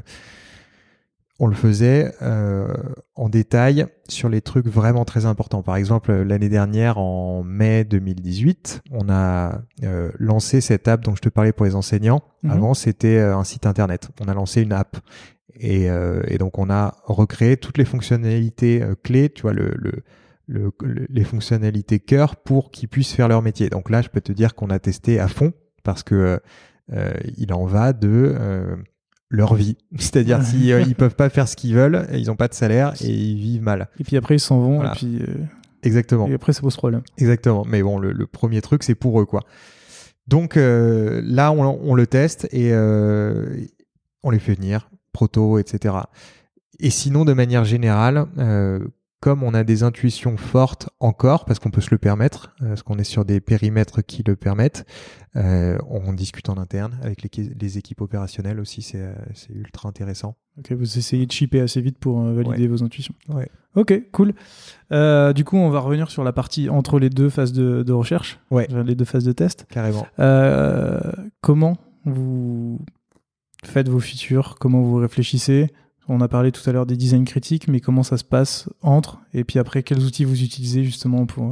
Speaker 2: on le faisait euh, en détail sur les trucs vraiment très importants. Par exemple, l'année dernière, en mai deux mille dix-huit, on a euh, lancé cette app dont je te parlais pour les enseignants. Mmh. Avant, c'était un site internet. On a lancé une app. Et, euh, et donc, on a recréé toutes les fonctionnalités euh, clés, tu vois, le, le, le, le, les fonctionnalités cœur pour qu'ils puissent faire leur métier. Donc là, je peux te dire qu'on a testé à fond parce que euh, il en va de... Euh, leur vie, c'est-à-dire s'ils euh, ils peuvent pas faire ce qu'ils veulent, ils ont pas de salaire et ils vivent mal.
Speaker 1: Et puis après ils s'en vont voilà. et puis euh...
Speaker 2: exactement.
Speaker 1: Et après ça pose problème.
Speaker 2: Exactement. Mais bon, le, le premier truc c'est pour eux quoi. Donc euh, là on, on le teste et euh, on les fait venir proto, et cetera. Et sinon, de manière générale, euh, comme on a des intuitions fortes encore, parce qu'on peut se le permettre, parce qu'on est sur des périmètres qui le permettent, euh, on discute en interne avec les, les équipes opérationnelles aussi, c'est, c'est ultra intéressant.
Speaker 1: Ok, vous essayez de shipper assez vite pour euh, valider
Speaker 2: ouais.
Speaker 1: vos intuitions.
Speaker 2: Ouais.
Speaker 1: Ok, cool. Euh, du coup, on va revenir sur la partie entre les deux phases de, de recherche,
Speaker 2: ouais.
Speaker 1: les deux phases de test.
Speaker 2: Carrément.
Speaker 1: Euh, comment vous faites vos features? Comment vous réfléchissez? On a parlé tout à l'heure des designs critiques, mais comment ça se passe entre? Et puis après, quels outils vous utilisez justement pour,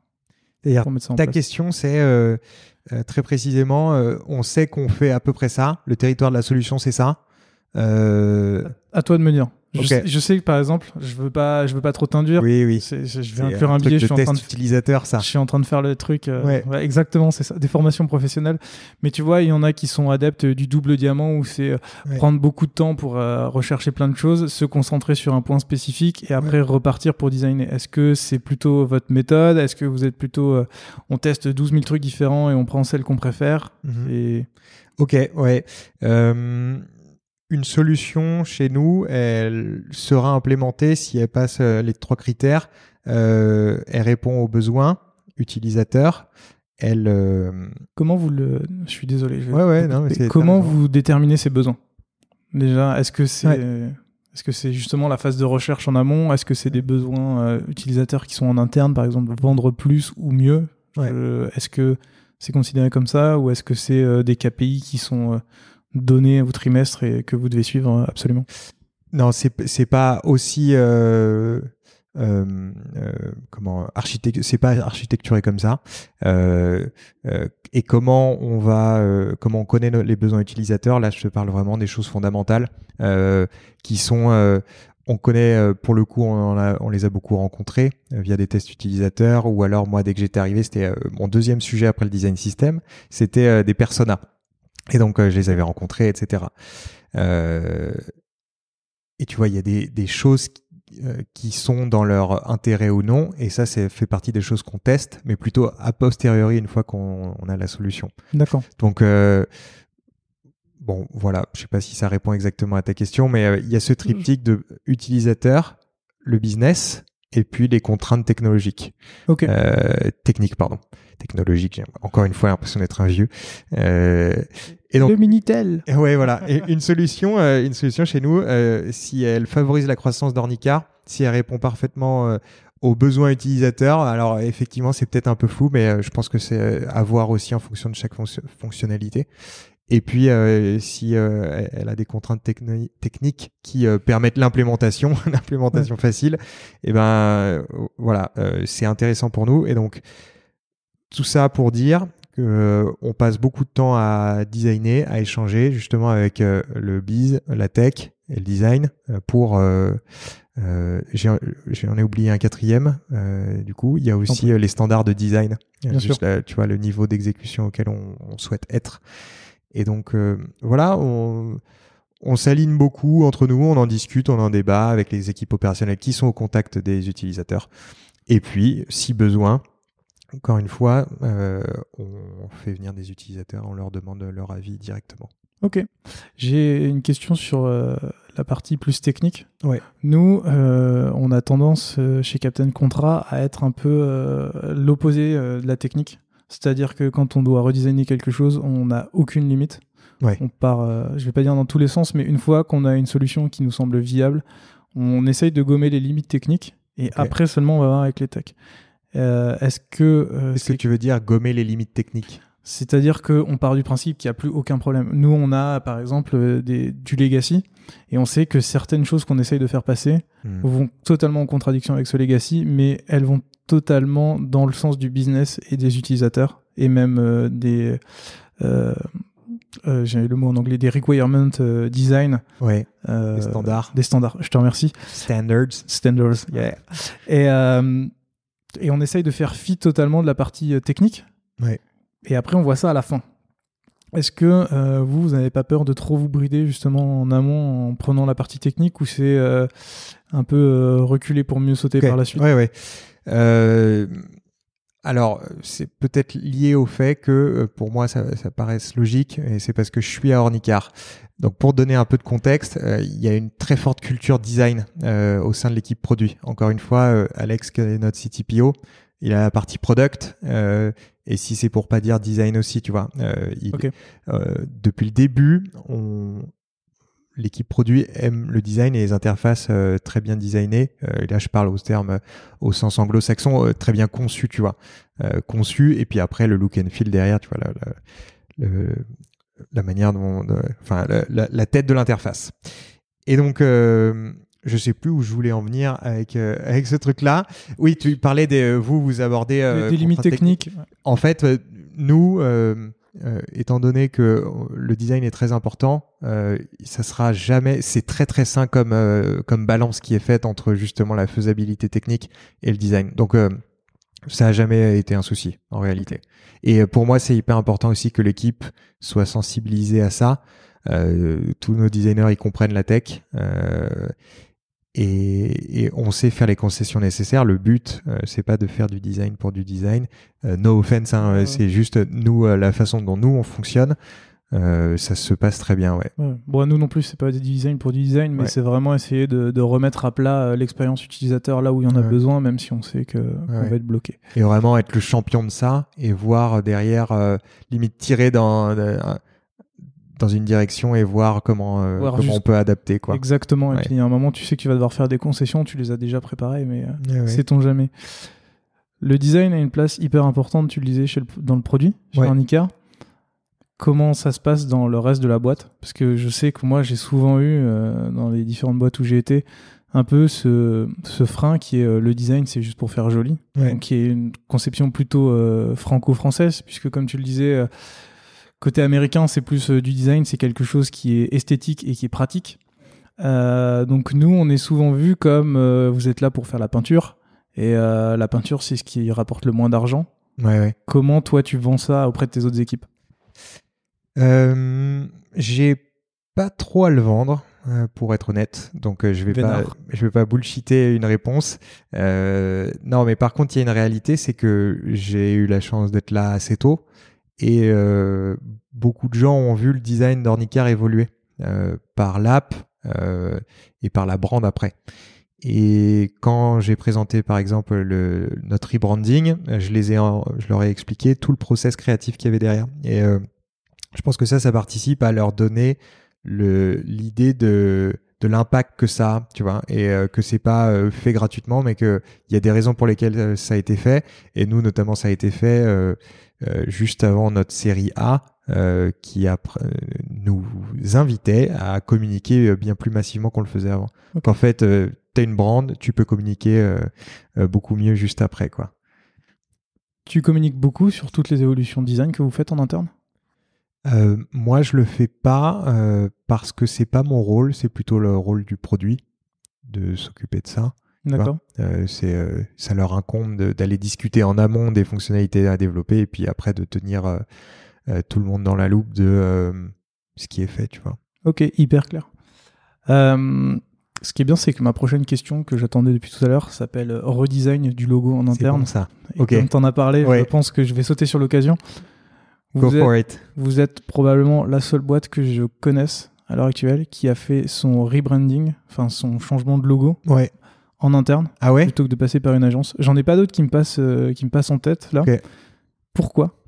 Speaker 1: euh, pour mettre ça en
Speaker 2: ta
Speaker 1: place?
Speaker 2: question, c'est euh, euh, très précisément, euh, on sait qu'on fait à peu près ça. Le territoire de la solution, c'est ça. Euh...
Speaker 1: À toi de me dire. Je,
Speaker 2: okay.
Speaker 1: sais, je sais que par exemple, je veux pas, je veux pas trop t'induire.
Speaker 2: Oui, oui.
Speaker 1: C'est, je
Speaker 2: c'est
Speaker 1: vais inclure un, un billet. Je suis
Speaker 2: de
Speaker 1: en train de
Speaker 2: utilisateur, ça.
Speaker 1: Je suis en train de faire le truc. Euh,
Speaker 2: ouais.
Speaker 1: ouais, exactement, c'est ça. Des formations professionnelles. Mais tu vois, il y en a qui sont adeptes du double diamant où c'est euh, ouais. prendre beaucoup de temps pour euh, rechercher plein de choses, se concentrer sur un point spécifique et après ouais. repartir pour designer. Est-ce que c'est plutôt votre méthode? Est-ce que vous êtes plutôt, euh, on teste douze mille trucs différents et on prend celle qu'on préfère?
Speaker 2: Mm-hmm.
Speaker 1: Et...
Speaker 2: Ok, ouais. Euh... Une solution chez nous, elle sera implémentée si elle passe les trois critères. Euh, elle répond aux besoins utilisateurs. Elle. Euh...
Speaker 1: Comment vous le. Je suis désolé. Je...
Speaker 2: Ouais, ouais, non, mais c'est
Speaker 1: Comment vous déterminez ces besoins? Déjà, est-ce que c'est.
Speaker 2: Ouais.
Speaker 1: Est-ce que c'est justement la phase de recherche en amont? Est-ce que c'est des besoins euh, utilisateurs qui sont en interne, par exemple, vendre plus ou mieux?
Speaker 2: Ouais.
Speaker 1: Je... Est-ce que c'est considéré comme ça ou est-ce que c'est euh, des K P I qui sont. Euh, données au trimestre et que vous devez suivre absolument?
Speaker 2: Non, c'est c'est pas aussi euh, euh, euh, comment architecte, c'est pas architecturé comme ça. Euh, euh, et comment on va, euh, comment on connaît nos, les besoins utilisateurs? Là, je te parle vraiment des choses fondamentales euh, qui sont euh, on connaît, euh, pour le coup, on, en a, on les a beaucoup rencontrés euh, via des tests utilisateurs ou alors moi, dès que j'étais arrivé, c'était euh, mon deuxième sujet après le design system, c'était euh, des personas. Et donc, euh, je les avais rencontrés, et cetera. Euh, et tu vois, il y a des, des choses qui, euh, qui sont dans leur intérêt ou non. Et ça, c'est fait partie des choses qu'on teste, mais plutôt a posteriori, une fois qu'on on a la solution.
Speaker 1: D'accord.
Speaker 2: Donc, euh, bon, voilà. Je sais pas si ça répond exactement à ta question, mais euh, il y a ce triptyque de utilisateur, le business, et puis les contraintes technologiques.
Speaker 1: Ok.
Speaker 2: Euh, techniques, pardon. Technologique, j'ai encore une fois l'impression d'être un vieux. Euh, et donc,
Speaker 1: le Minitel.
Speaker 2: Ouais, voilà. Et une solution, euh, une solution chez nous, euh, si elle favorise la croissance d'Ornicar, si elle répond parfaitement euh, aux besoins utilisateurs, alors effectivement, c'est peut-être un peu flou, mais euh, je pense que c'est à voir aussi en fonction de chaque fonction- fonctionnalité. Et puis, euh, si euh, elle a des contraintes techno- techniques qui euh, permettent l'implémentation, l'implémentation ouais. facile, et ben euh, voilà, euh, c'est intéressant pour nous. Et donc, tout ça pour dire qu'on euh, passe beaucoup de temps à designer, à échanger justement avec euh, le biz, la tech et le design euh, pour... Euh, euh, j'en ai oublié un quatrième. Euh, du coup, il y a aussi euh, les standards de design.
Speaker 1: Bien
Speaker 2: juste
Speaker 1: sûr.
Speaker 2: Là, tu vois, le niveau d'exécution auquel on, on souhaite être. Et donc, euh, voilà, on... On s'aligne beaucoup entre nous, on en discute, on en débat avec les équipes opérationnelles qui sont au contact des utilisateurs. Et puis, si besoin, encore une fois, euh, on fait venir des utilisateurs, on leur demande leur avis directement.
Speaker 1: Ok. J'ai une question sur euh, la partie plus technique.
Speaker 2: Ouais.
Speaker 1: Nous, euh, on a tendance euh, chez Captain Contrat à être un peu euh, l'opposé euh, de la technique. C'est-à-dire que quand on doit redesigner quelque chose, on n'a aucune limite.
Speaker 2: Ouais.
Speaker 1: On part, euh, je vais pas dire dans tous les sens, mais une fois qu'on a une solution qui nous semble viable, on essaye de gommer les limites techniques et okay. après seulement on va voir avec les techs. Euh, est-ce que euh,
Speaker 2: est-ce que tu veux dire gommer les limites techniques?
Speaker 1: C'est-à-dire qu'on part du principe qu'il n'y a plus aucun problème. Nous, on a par exemple des, du legacy et on sait que certaines choses qu'on essaye de faire passer mmh. vont totalement en contradiction avec ce legacy, mais elles vont totalement dans le sens du business et des utilisateurs et même euh, des... Euh, Euh, j'ai le mot en anglais, des requirements euh, design.
Speaker 2: Ouais.
Speaker 1: Euh,
Speaker 2: des standards.
Speaker 1: Des standards, je te remercie.
Speaker 2: Standards.
Speaker 1: Standards, yeah. Et, euh, et on essaye de faire fi totalement de la partie euh, technique.
Speaker 2: Ouais.
Speaker 1: Et après, on voit ça à la fin. Est-ce que euh, vous, vous n'avez pas peur de trop vous brider justement en amont en prenant la partie technique ou c'est euh, un peu euh, reculer pour mieux sauter
Speaker 2: okay.
Speaker 1: par la suite?
Speaker 2: Ouais, ouais. Euh... Alors, c'est peut-être lié au fait que, pour moi, ça, ça paraisse logique, et c'est parce que je suis à Ornicar. Donc, pour donner un peu de contexte, euh, il y a une très forte culture design euh, au sein de l'équipe produit. Encore une fois, euh, Alex, qui est notre C T P O, il a la partie product, euh, et si c'est pour pas dire design aussi, tu vois. Euh, il,
Speaker 1: Okay.
Speaker 2: euh, depuis le début, on... l'équipe produit aime le design et les interfaces euh, très bien designées. Euh, et là, je parle au terme, euh, au sens anglo-saxon, euh, très bien conçu, tu vois. Euh, conçu, et puis après, le look and feel derrière, tu vois, la, la, le, la manière dont... De, enfin, la, la, la tête de l'interface. Et donc, euh, je sais plus où je voulais en venir avec, euh, avec ce truc-là. Oui, tu parlais des... Vous, vous abordez... Euh,
Speaker 1: des, des limites techniques.
Speaker 2: techniques. En fait, euh, nous... Euh, Euh, étant donné que le design est très important, euh, ça sera jamais, c'est très très sain comme euh, comme balance qui est faite entre justement la faisabilité technique et le design. Donc euh, ça a jamais été un souci en réalité. Et pour moi, c'est hyper important aussi que l'équipe soit sensibilisée à ça. Euh, tous nos designers, ils comprennent la tech. Euh, Et, et on sait faire les concessions nécessaires. Le but, euh, c'est pas de faire du design pour du design. Euh, no offense, hein,
Speaker 1: ouais.
Speaker 2: C'est juste nous, euh, la façon dont nous on fonctionne, euh, ça se passe très bien, ouais.
Speaker 1: ouais. Bon, nous non plus, c'est pas du design pour du design, mais
Speaker 2: ouais.
Speaker 1: c'est vraiment essayer de, de remettre à plat l'expérience utilisateur là où il y en a
Speaker 2: ouais.
Speaker 1: besoin, même si on sait que
Speaker 2: ouais.
Speaker 1: qu'on va être bloqué.
Speaker 2: Et vraiment être le champion de ça et voir derrière, euh, limite tirer dans euh, dans une direction et voir comment, euh, voir comment on peut adapter, quoi.
Speaker 1: Exactement.
Speaker 2: Ouais.
Speaker 1: Et puis, il y a un moment, tu sais que tu vas devoir faire des concessions, tu les as déjà préparées, mais euh,
Speaker 2: ouais.
Speaker 1: sait-on jamais. Le design a une place hyper importante, tu le disais, chez le, dans le produit, chez
Speaker 2: ouais.
Speaker 1: Ornicar. Comment ça se passe dans le reste de la boîte? Parce que je sais que moi, j'ai souvent eu, euh, dans les différentes boîtes où j'ai été, un peu ce, ce frein qui est euh, le design, c'est juste pour faire joli.
Speaker 2: Ouais.
Speaker 1: Donc, qui est une conception plutôt euh, franco-française, puisque comme tu le disais... Euh, côté américain, c'est plus euh, du design, c'est quelque chose qui est esthétique et qui est pratique. Euh, donc nous, on est souvent vu comme euh, vous êtes là pour faire la peinture, et euh, la peinture, c'est ce qui rapporte le moins d'argent.
Speaker 2: Ouais, ouais.
Speaker 1: Comment toi, tu vends ça auprès de tes autres équipes?
Speaker 2: euh, J'ai pas trop à le vendre, euh, pour être honnête. Donc euh, je vais
Speaker 1: Vénard.
Speaker 2: pas, je vais pas bullshiter une réponse. Euh, non, mais par contre, il y a une réalité, c'est que j'ai eu la chance d'être là assez tôt. Et euh, beaucoup de gens ont vu le design d'Ornicar évoluer euh, par l'app euh, et par la brand après. Et quand j'ai présenté par exemple le, notre rebranding, je les ai, je leur ai expliqué tout le process créatif qu'il y avait derrière. Et euh, je pense que ça, ça participe à leur donner le, l'idée de de l'impact que ça a, tu vois, et euh, que c'est pas euh, fait gratuitement, mais que il y a des raisons pour lesquelles euh, ça a été fait. Et nous, notamment, ça a été fait euh, euh, juste avant notre série A, euh, qui a, euh, nous invitait à communiquer bien plus massivement qu'on le faisait avant.
Speaker 1: Okay.
Speaker 2: Donc en fait, euh, t'as une brand, tu peux communiquer euh, euh, beaucoup mieux juste après, quoi.
Speaker 1: Tu communiques beaucoup sur toutes les évolutions de design que vous faites en interne?
Speaker 2: Euh, moi, je le fais pas euh, parce que c'est pas mon rôle, c'est plutôt le rôle du produit de s'occuper de ça.
Speaker 1: D'accord.
Speaker 2: Euh, c'est, euh, ça leur incombe de, d'aller discuter en amont des fonctionnalités à développer et puis après de tenir euh, euh, tout le monde dans la loupe de euh, ce qui est fait, tu vois.
Speaker 1: Ok, hyper clair. Euh, ce qui est bien, c'est que ma prochaine question que j'attendais depuis tout à l'heure s'appelle redesign du logo en interne.
Speaker 2: C'est bon, ça.
Speaker 1: Et
Speaker 2: okay.
Speaker 1: comme t'en as parlé, ouais. Je pense que je vais sauter sur l'occasion.
Speaker 2: Go
Speaker 1: vous
Speaker 2: for
Speaker 1: êtes,
Speaker 2: it.
Speaker 1: Vous êtes probablement la seule boîte que je connaisse à l'heure actuelle qui a fait son rebranding, enfin son changement de logo
Speaker 2: ouais.
Speaker 1: en interne,
Speaker 2: ah ouais
Speaker 1: plutôt que de passer par une agence. J'en ai pas d'autres qui me passent, euh, qui me passent en tête là.
Speaker 2: Okay.
Speaker 1: Pourquoi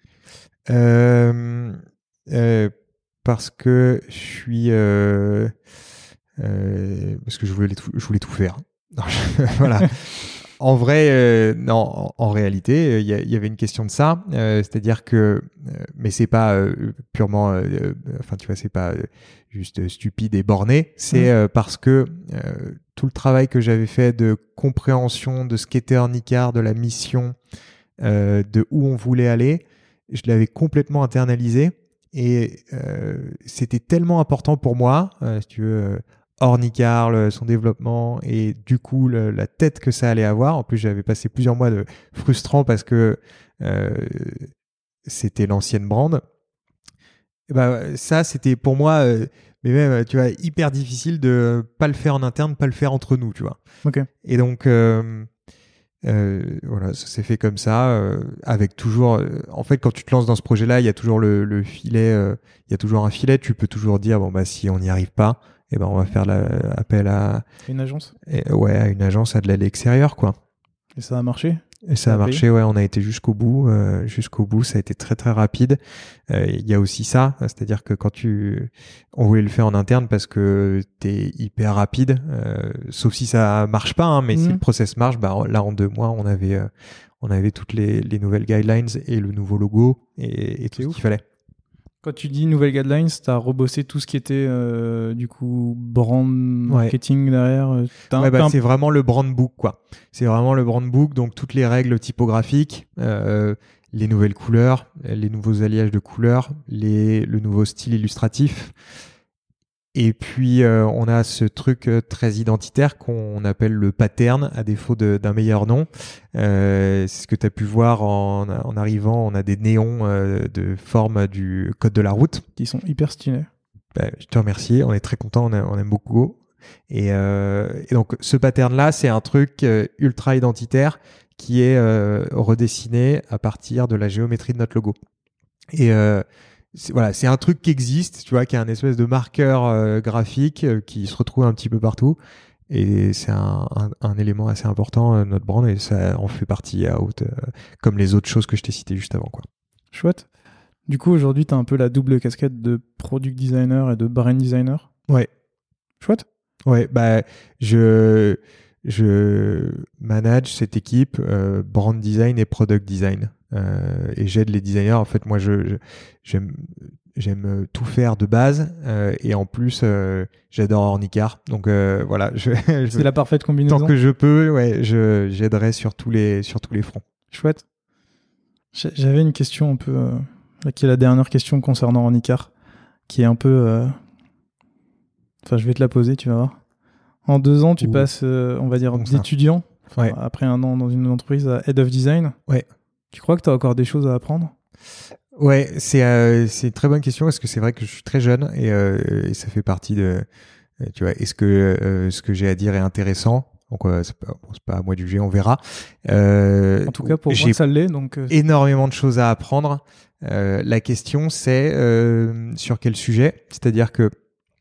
Speaker 2: euh, euh, Parce que je suis, euh, euh, parce que je voulais tout, je voulais tout faire. Voilà. En vrai, euh, non. En, en réalité, il y, y avait une question de ça, euh, c'est-à-dire que, euh, mais c'est pas euh, purement, euh, enfin tu vois, c'est pas euh, juste stupide et borné. C'est mmh. euh, parce que euh, tout le travail que j'avais fait de compréhension de ce qu'était Ornicar, de la mission, euh, de où on voulait aller, je l'avais complètement internalisé et euh, c'était tellement important pour moi, euh, si tu veux. Euh, Ornicar, le, son développement et du coup le, la tête que ça allait avoir. En plus, j'avais passé plusieurs mois de frustrants parce que euh, c'était l'ancienne brand. Et bah, ça, c'était pour moi, euh, mais même, tu vois, hyper difficile de pas le faire en interne, pas le faire entre nous, tu vois.
Speaker 1: Okay.
Speaker 2: Et donc, euh, Euh, voilà, ça s'est fait comme ça, euh, avec toujours. Euh, en fait, quand tu te lances dans ce projet-là, il y a toujours le, le filet, euh, il y a toujours un filet. Tu peux toujours dire bon bah si on n'y arrive pas, eh ben on va faire la, appel à
Speaker 1: Une agence.
Speaker 2: et, ouais à une agence, à de l'aide extérieure quoi.
Speaker 1: Et ça a marché.
Speaker 2: Et ça a marché, ouais, on a été jusqu'au bout, euh, jusqu'au bout, ça a été très très rapide. Euh, il y a aussi ça, c'est-à-dire que quand tu, on voulait le faire en interne parce que t'es hyper rapide, euh, sauf si ça marche pas, hein, mais mmh. si le process marche, bah là en deux mois, on avait, euh, on avait toutes les, les nouvelles guidelines et le nouveau logo et, et tout ce qu'il fallait.
Speaker 1: Quand tu dis nouvelles guidelines, t'as rebossé tout ce qui était euh, du coup brand marketing ouais. derrière. T'as
Speaker 2: ouais,
Speaker 1: un,
Speaker 2: bah,
Speaker 1: un...
Speaker 2: c'est vraiment le brand book quoi. C'est vraiment le brand book, donc toutes les règles typographiques, euh, les nouvelles couleurs, les nouveaux alliages de couleurs, les le nouveau style illustratif. Et puis euh, on a ce truc euh, très identitaire qu'on appelle le pattern, à défaut de, d'un meilleur nom. Euh, c'est ce que tu as pu voir en, en arrivant. On a des néons euh, de forme du code de la route.
Speaker 1: Qui sont hyper stylés.
Speaker 2: Bah, je te remercie, on est très contents, on, a, on aime beaucoup. Et, euh, et donc ce pattern-là, c'est un truc euh, ultra identitaire qui est euh, redessiné à partir de la géométrie de notre logo. Et euh, c'est, voilà, c'est un truc qui existe, tu vois, qui est un espèce de marqueur euh, graphique euh, qui se retrouve un petit peu partout. Et c'est un, un, un élément assez important de euh, notre brand et ça en fait partie à haute, euh, comme les autres choses que je t'ai citées juste avant, quoi.
Speaker 1: Chouette. Du coup, aujourd'hui, tu as un peu la double casquette de product designer et de brand designer.
Speaker 2: Ouais.
Speaker 1: Chouette.
Speaker 2: Ouais, bah, je, je manage cette équipe euh, brand design et product design. Euh, et j'aide les designers. En fait, moi, je, je j'aime, j'aime tout faire de base euh, et en plus, euh, j'adore Ornicar. Donc euh, voilà, je, je,
Speaker 1: c'est la parfaite combinaison.
Speaker 2: Tant que je peux, ouais, je, j'aiderai sur tous les, sur tous les fronts.
Speaker 1: Chouette. J'avais une question un peu, euh, qui est la dernière question concernant Ornicar, qui est un peu. Euh... Enfin, je vais te la poser, tu vas voir. En deux ans, tu Ouh. passes, euh, on va dire, bon, d'étudiant,
Speaker 2: ouais.
Speaker 1: après un an dans une entreprise à Head of Design.
Speaker 2: Ouais.
Speaker 1: Tu crois que tu as encore des choses à apprendre ?
Speaker 2: Ouais, c'est, euh, c'est une très bonne question parce que c'est vrai que je suis très jeune et, euh, et ça fait partie de, euh, tu vois, est-ce que euh, ce que j'ai à dire est intéressant ? Donc, euh, c'est, pas, bon, c'est pas à moi de juger, on verra. Euh,
Speaker 1: en tout cas, pour moi, ça l'est. Donc, euh...
Speaker 2: énormément de choses à apprendre. Euh, la question, c'est euh, sur quel sujet ? C'est-à-dire que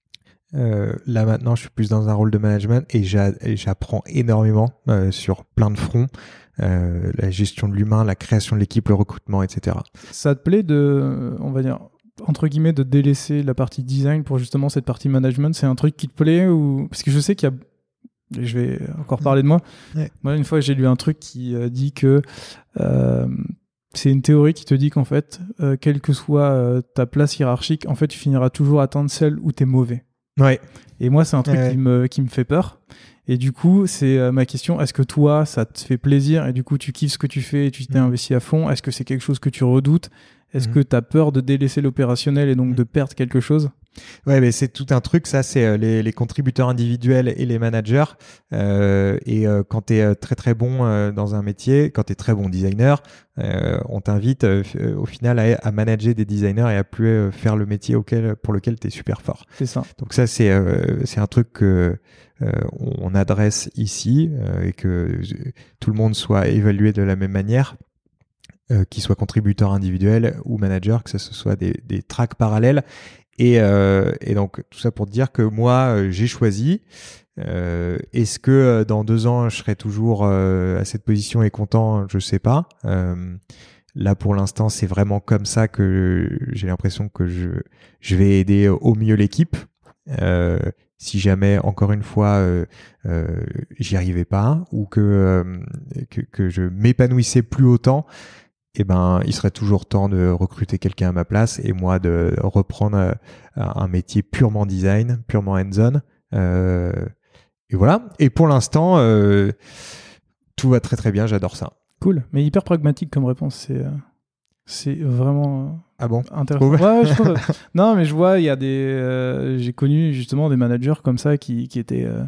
Speaker 2: Euh, là maintenant je suis plus dans un rôle de management et, j'a, et j'apprends énormément euh, sur plein de fronts, euh, la gestion de l'humain, la création de l'équipe, le recrutement, et cetera.
Speaker 1: Ça te plaît de, on va dire, entre guillemets, de délaisser la partie design pour justement cette partie management ? C'est un truc qui te plaît ou... Parce que je sais qu'il y a, je vais encore parler de moi,
Speaker 2: ouais.
Speaker 1: Moi une fois j'ai lu un truc qui euh, dit que euh, c'est une théorie qui te dit qu'en fait euh, quelle que soit euh, ta place hiérarchique, en fait tu finiras toujours à atteindre celle où t'es mauvais.
Speaker 2: Ouais.
Speaker 1: Et moi, c'est un truc
Speaker 2: ouais.
Speaker 1: qui me, qui me fait peur. Et du coup, c'est euh, ma question. Est-ce que toi, ça te fait plaisir et du coup, tu kiffes ce que tu fais et tu t'es mmh. investi à fond ? Est-ce que c'est quelque chose que tu redoutes ? Est-ce mmh. que tu as peur de délaisser l'opérationnel et donc mmh. de perdre quelque chose ?
Speaker 2: Ouais, mais c'est tout un truc. Ça, c'est euh, les, les contributeurs individuels et les managers. Euh, et euh, quand tu es très très bon euh, dans un métier, quand tu es très bon designer, euh, on t'invite euh, au final à, à manager des designers et à plus euh, faire le métier auquel, pour lequel tu es super fort.
Speaker 1: C'est ça.
Speaker 2: Donc ça, c'est euh, c'est un truc que euh, on adresse ici euh, et que euh, tout le monde soit évalué de la même manière. Euh, qu'il soit contributeur individuel ou manager, que ce soit des, des tracks parallèles. Et, euh, et donc, tout ça pour te dire que moi, euh, j'ai choisi. Euh, est-ce que euh, dans deux ans, je serai toujours euh, à cette position et content ? Je sais pas. Euh, là, pour l'instant, c'est vraiment comme ça que j'ai l'impression que je, je vais aider au mieux l'équipe. Euh, si jamais, encore une fois, euh, euh, j'y arrivais pas ou que, euh, que, que je m'épanouissais plus autant, eh ben, il serait toujours temps de recruter quelqu'un à ma place et moi de reprendre euh, un métier purement design, purement hands-on. Euh, et voilà. Et pour l'instant, euh, tout va très très bien. J'adore ça.
Speaker 1: Cool. Mais hyper pragmatique comme réponse. C'est, euh, c'est vraiment euh,
Speaker 2: ah bon
Speaker 1: intéressant. Ouais, ouais, je trouve. Non, mais je vois, il y a des. Euh, j'ai connu justement des managers comme ça qui, qui étaient euh,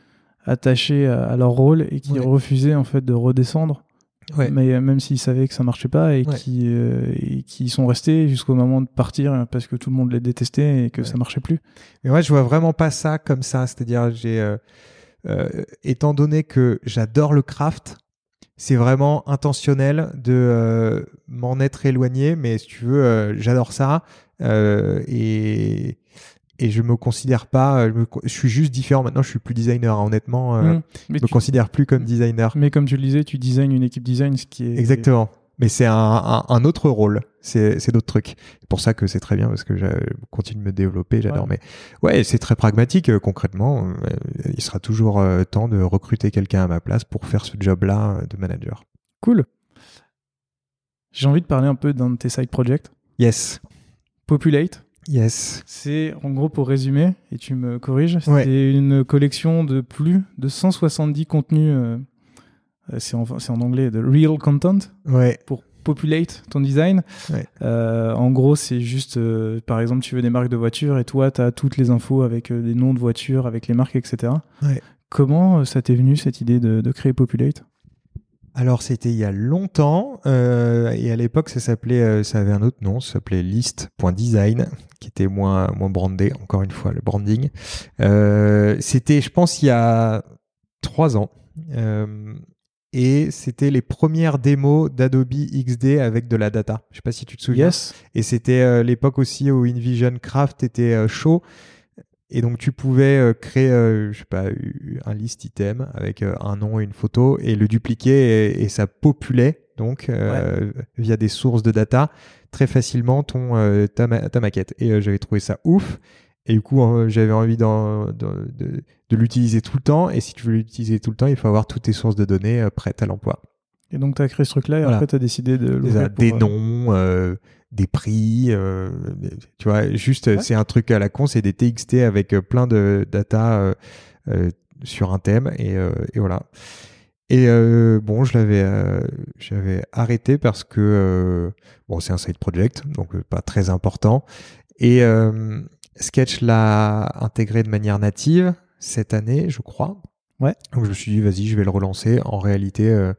Speaker 1: attachés à, à leur rôle et qui ouais. refusaient en fait de redescendre. Ouais. Mais même s'ils savaient que ça marchait pas et, ouais. qui, euh, et qui sont restés jusqu'au moment de partir parce que tout le monde les détestait et que ouais. ça marchait plus.
Speaker 2: Mais moi, je vois vraiment pas ça comme ça. C'est-à-dire, j'ai, euh, euh, étant donné que j'adore le craft, c'est vraiment intentionnel de euh, m'en être éloigné, mais si tu veux, euh, j'adore ça euh, et et je me considère pas, je, me, je suis juste différent. Maintenant, je suis plus designer. Hein, honnêtement, euh,
Speaker 1: mmh.
Speaker 2: je me tu... considère plus comme designer.
Speaker 1: Mais comme tu le disais, tu designes une équipe design, ce qui est
Speaker 2: exactement. Mais c'est un, un, un autre rôle, c'est, c'est d'autres trucs. C'est pour ça que c'est très bien, parce que je continue de me développer, j'adore. Ouais. Mais ouais, c'est très pragmatique, euh, concrètement. Euh, il sera toujours euh, temps de recruter quelqu'un à ma place pour faire ce job-là euh, de manager.
Speaker 1: Cool. J'ai envie de parler un peu d'un de tes side projects.
Speaker 2: Yes.
Speaker 1: Populate.
Speaker 2: Yes.
Speaker 1: C'est, en gros, pour résumer, et tu me corriges,
Speaker 2: ouais.
Speaker 1: c'est une collection de plus de cent soixante-dix contenus... Euh, C'est en, c'est en anglais, de real content,
Speaker 2: ouais.
Speaker 1: pour populate ton design.
Speaker 2: Ouais.
Speaker 1: Euh, en gros, c'est juste, euh, par exemple, tu veux des marques de voitures et toi, tu as toutes les infos avec euh, des noms de voitures, avec les marques, et cetera.
Speaker 2: Ouais.
Speaker 1: Comment euh, ça t'est venu, cette idée de, de créer Populate ?
Speaker 2: Alors, c'était il y a longtemps, euh, et à l'époque, ça s'appelait, euh, ça avait un autre nom, ça s'appelait list point design, qui était moins, moins brandé, encore une fois, le branding. Euh, c'était, je pense, il y a trois ans. Euh, Et c'était les premières démos d'Adobe X D avec de la data. Je sais pas si tu te souviens.
Speaker 1: Yes.
Speaker 2: Et c'était euh, l'époque aussi où InVision Craft était euh, chaud. Et donc tu pouvais euh, créer, euh, je sais pas, un list item avec euh, un nom et une photo et le dupliquer et, et ça populait donc euh, ouais. via des sources de data très facilement ton euh, ta, ma- ta maquette. Et euh, j'avais trouvé ça ouf. Et du coup, euh, j'avais envie d'en, d'en, de, de l'utiliser tout le temps. Et si tu veux l'utiliser tout le temps, il faut avoir toutes tes sources de données euh, prêtes à l'emploi.
Speaker 1: Et donc, tu as créé ce truc-là et
Speaker 2: voilà.
Speaker 1: après, tu as décidé de l'ouvrir
Speaker 2: pour... Des noms, euh, des prix, euh, tu vois, juste, ouais. C'est un truc à la con, c'est des T X T avec plein de data euh, euh, sur un thème. Et, euh, et voilà. Et euh, bon, je l'avais, euh, j'avais arrêté parce que, euh, bon, c'est un side project, donc euh, pas très important. Et... Euh, Sketch l'a intégré de manière native cette année, je crois.
Speaker 1: Ouais.
Speaker 2: Donc je me suis dit, vas-y, je vais le relancer. En réalité, euh,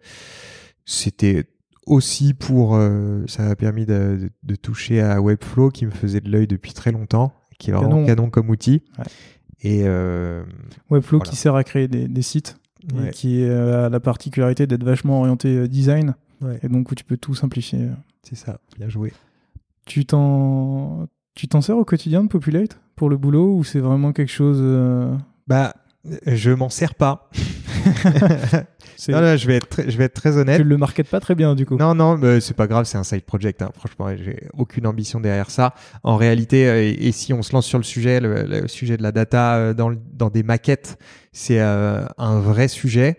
Speaker 2: c'était aussi pour... Euh, ça m'a permis de, de, de toucher à Webflow qui me faisait de l'œil depuis très longtemps, qui est vraiment canon, canon comme outil.
Speaker 1: Ouais.
Speaker 2: Et euh,
Speaker 1: Webflow voilà. Qui sert à créer des, des sites ouais. Et qui a la particularité d'être vachement orienté design.
Speaker 2: Ouais.
Speaker 1: Et donc où tu peux tout simplifier.
Speaker 2: C'est ça, bien joué.
Speaker 1: Tu t'en... Tu t'en sers au quotidien de Populate pour le boulot ou c'est vraiment quelque chose euh...
Speaker 2: Bah, je m'en sers pas. non, non, je vais être, très, je vais être très honnête.
Speaker 1: Tu le marketes pas très bien du coup.
Speaker 2: Non, non, mais c'est pas grave, c'est un side project. Hein. Franchement, j'ai aucune ambition derrière ça. En réalité, euh, et, et si on se lance sur le sujet, le, le sujet de la data euh, dans, dans des maquettes, c'est euh, un vrai sujet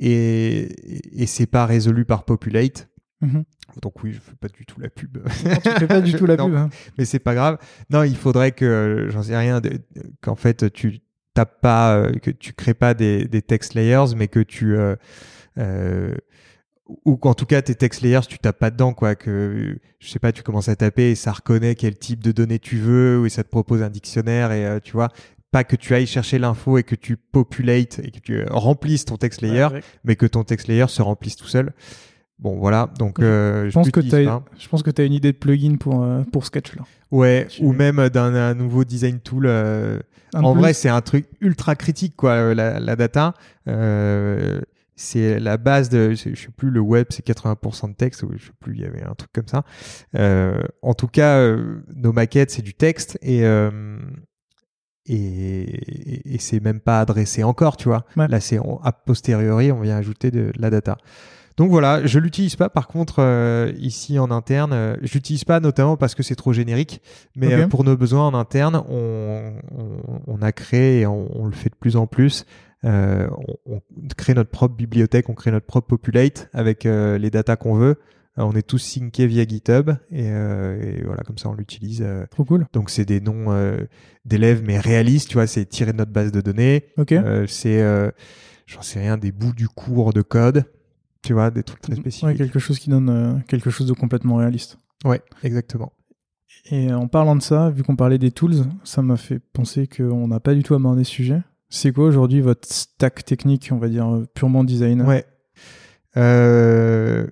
Speaker 2: et, et c'est pas résolu par Populate.
Speaker 1: Mm-hmm.
Speaker 2: Donc oui, je fais pas du tout la pub.
Speaker 1: Non, tu fais pas du tout la
Speaker 2: non,
Speaker 1: pub. Hein.
Speaker 2: Mais c'est pas grave. Non, il faudrait que, j'en sais rien, de, qu'en fait tu tapes pas, euh, que tu crées pas des, des text layers, mais que tu euh, euh, ou qu'en tout cas tes text layers tu tapes pas dedans, quoi. Que je sais pas, tu commences à taper et ça reconnaît quel type de données tu veux, ou ça te propose un dictionnaire et euh, tu vois. Pas que tu ailles chercher l'info et que tu populates et que tu remplisses ton text layer, ouais, mais que ton text layer se remplisse tout seul. Bon, voilà, donc euh,
Speaker 1: je,
Speaker 2: je,
Speaker 1: pense que t'as, je pense que tu as une idée de plugin pour, euh, pour Sketch là.
Speaker 2: Ouais, tu... ou même d'un un nouveau design tool. Euh, en plus. Vrai, c'est un truc ultra critique, quoi, la, la data. Euh, c'est la base de, je sais plus, le web, c'est quatre-vingts pour cent de texte, ou je sais plus, il y avait un truc comme ça. Euh, en tout cas, euh, nos maquettes, c'est du texte et, euh, et, et, et c'est même pas adressé encore, tu vois. Ouais. Là, c'est on, a posteriori, on vient ajouter de, de la data. Donc voilà, je l'utilise pas. Par contre, euh, ici en interne, euh, je l'utilise pas notamment parce que c'est trop générique. Mais okay. euh, pour nos besoins en interne, on, on, on a créé et on, on le fait de plus en plus. Euh, on, on crée notre propre bibliothèque, on crée notre propre Populate avec euh, les datas qu'on veut. Euh, on est tous syncés via GitHub et, euh, et voilà, comme ça on l'utilise. Euh,
Speaker 1: trop cool.
Speaker 2: Donc c'est des noms euh, d'élèves mais réalistes, tu vois, c'est tiré de notre base de données.
Speaker 1: Okay.
Speaker 2: Euh, c'est, euh, j'en sais rien, des bouts du cours de code. Tu vois, des trucs très spécifiques.
Speaker 1: Ouais, quelque chose qui donne euh, quelque chose de complètement réaliste.
Speaker 2: Ouais, exactement.
Speaker 1: Et en parlant de ça, vu qu'on parlait des tools, ça m'a fait penser qu'on n'a pas du tout abordé ce sujet. C'est quoi aujourd'hui votre stack technique, on va dire, purement design ?
Speaker 2: Ouais. Euh...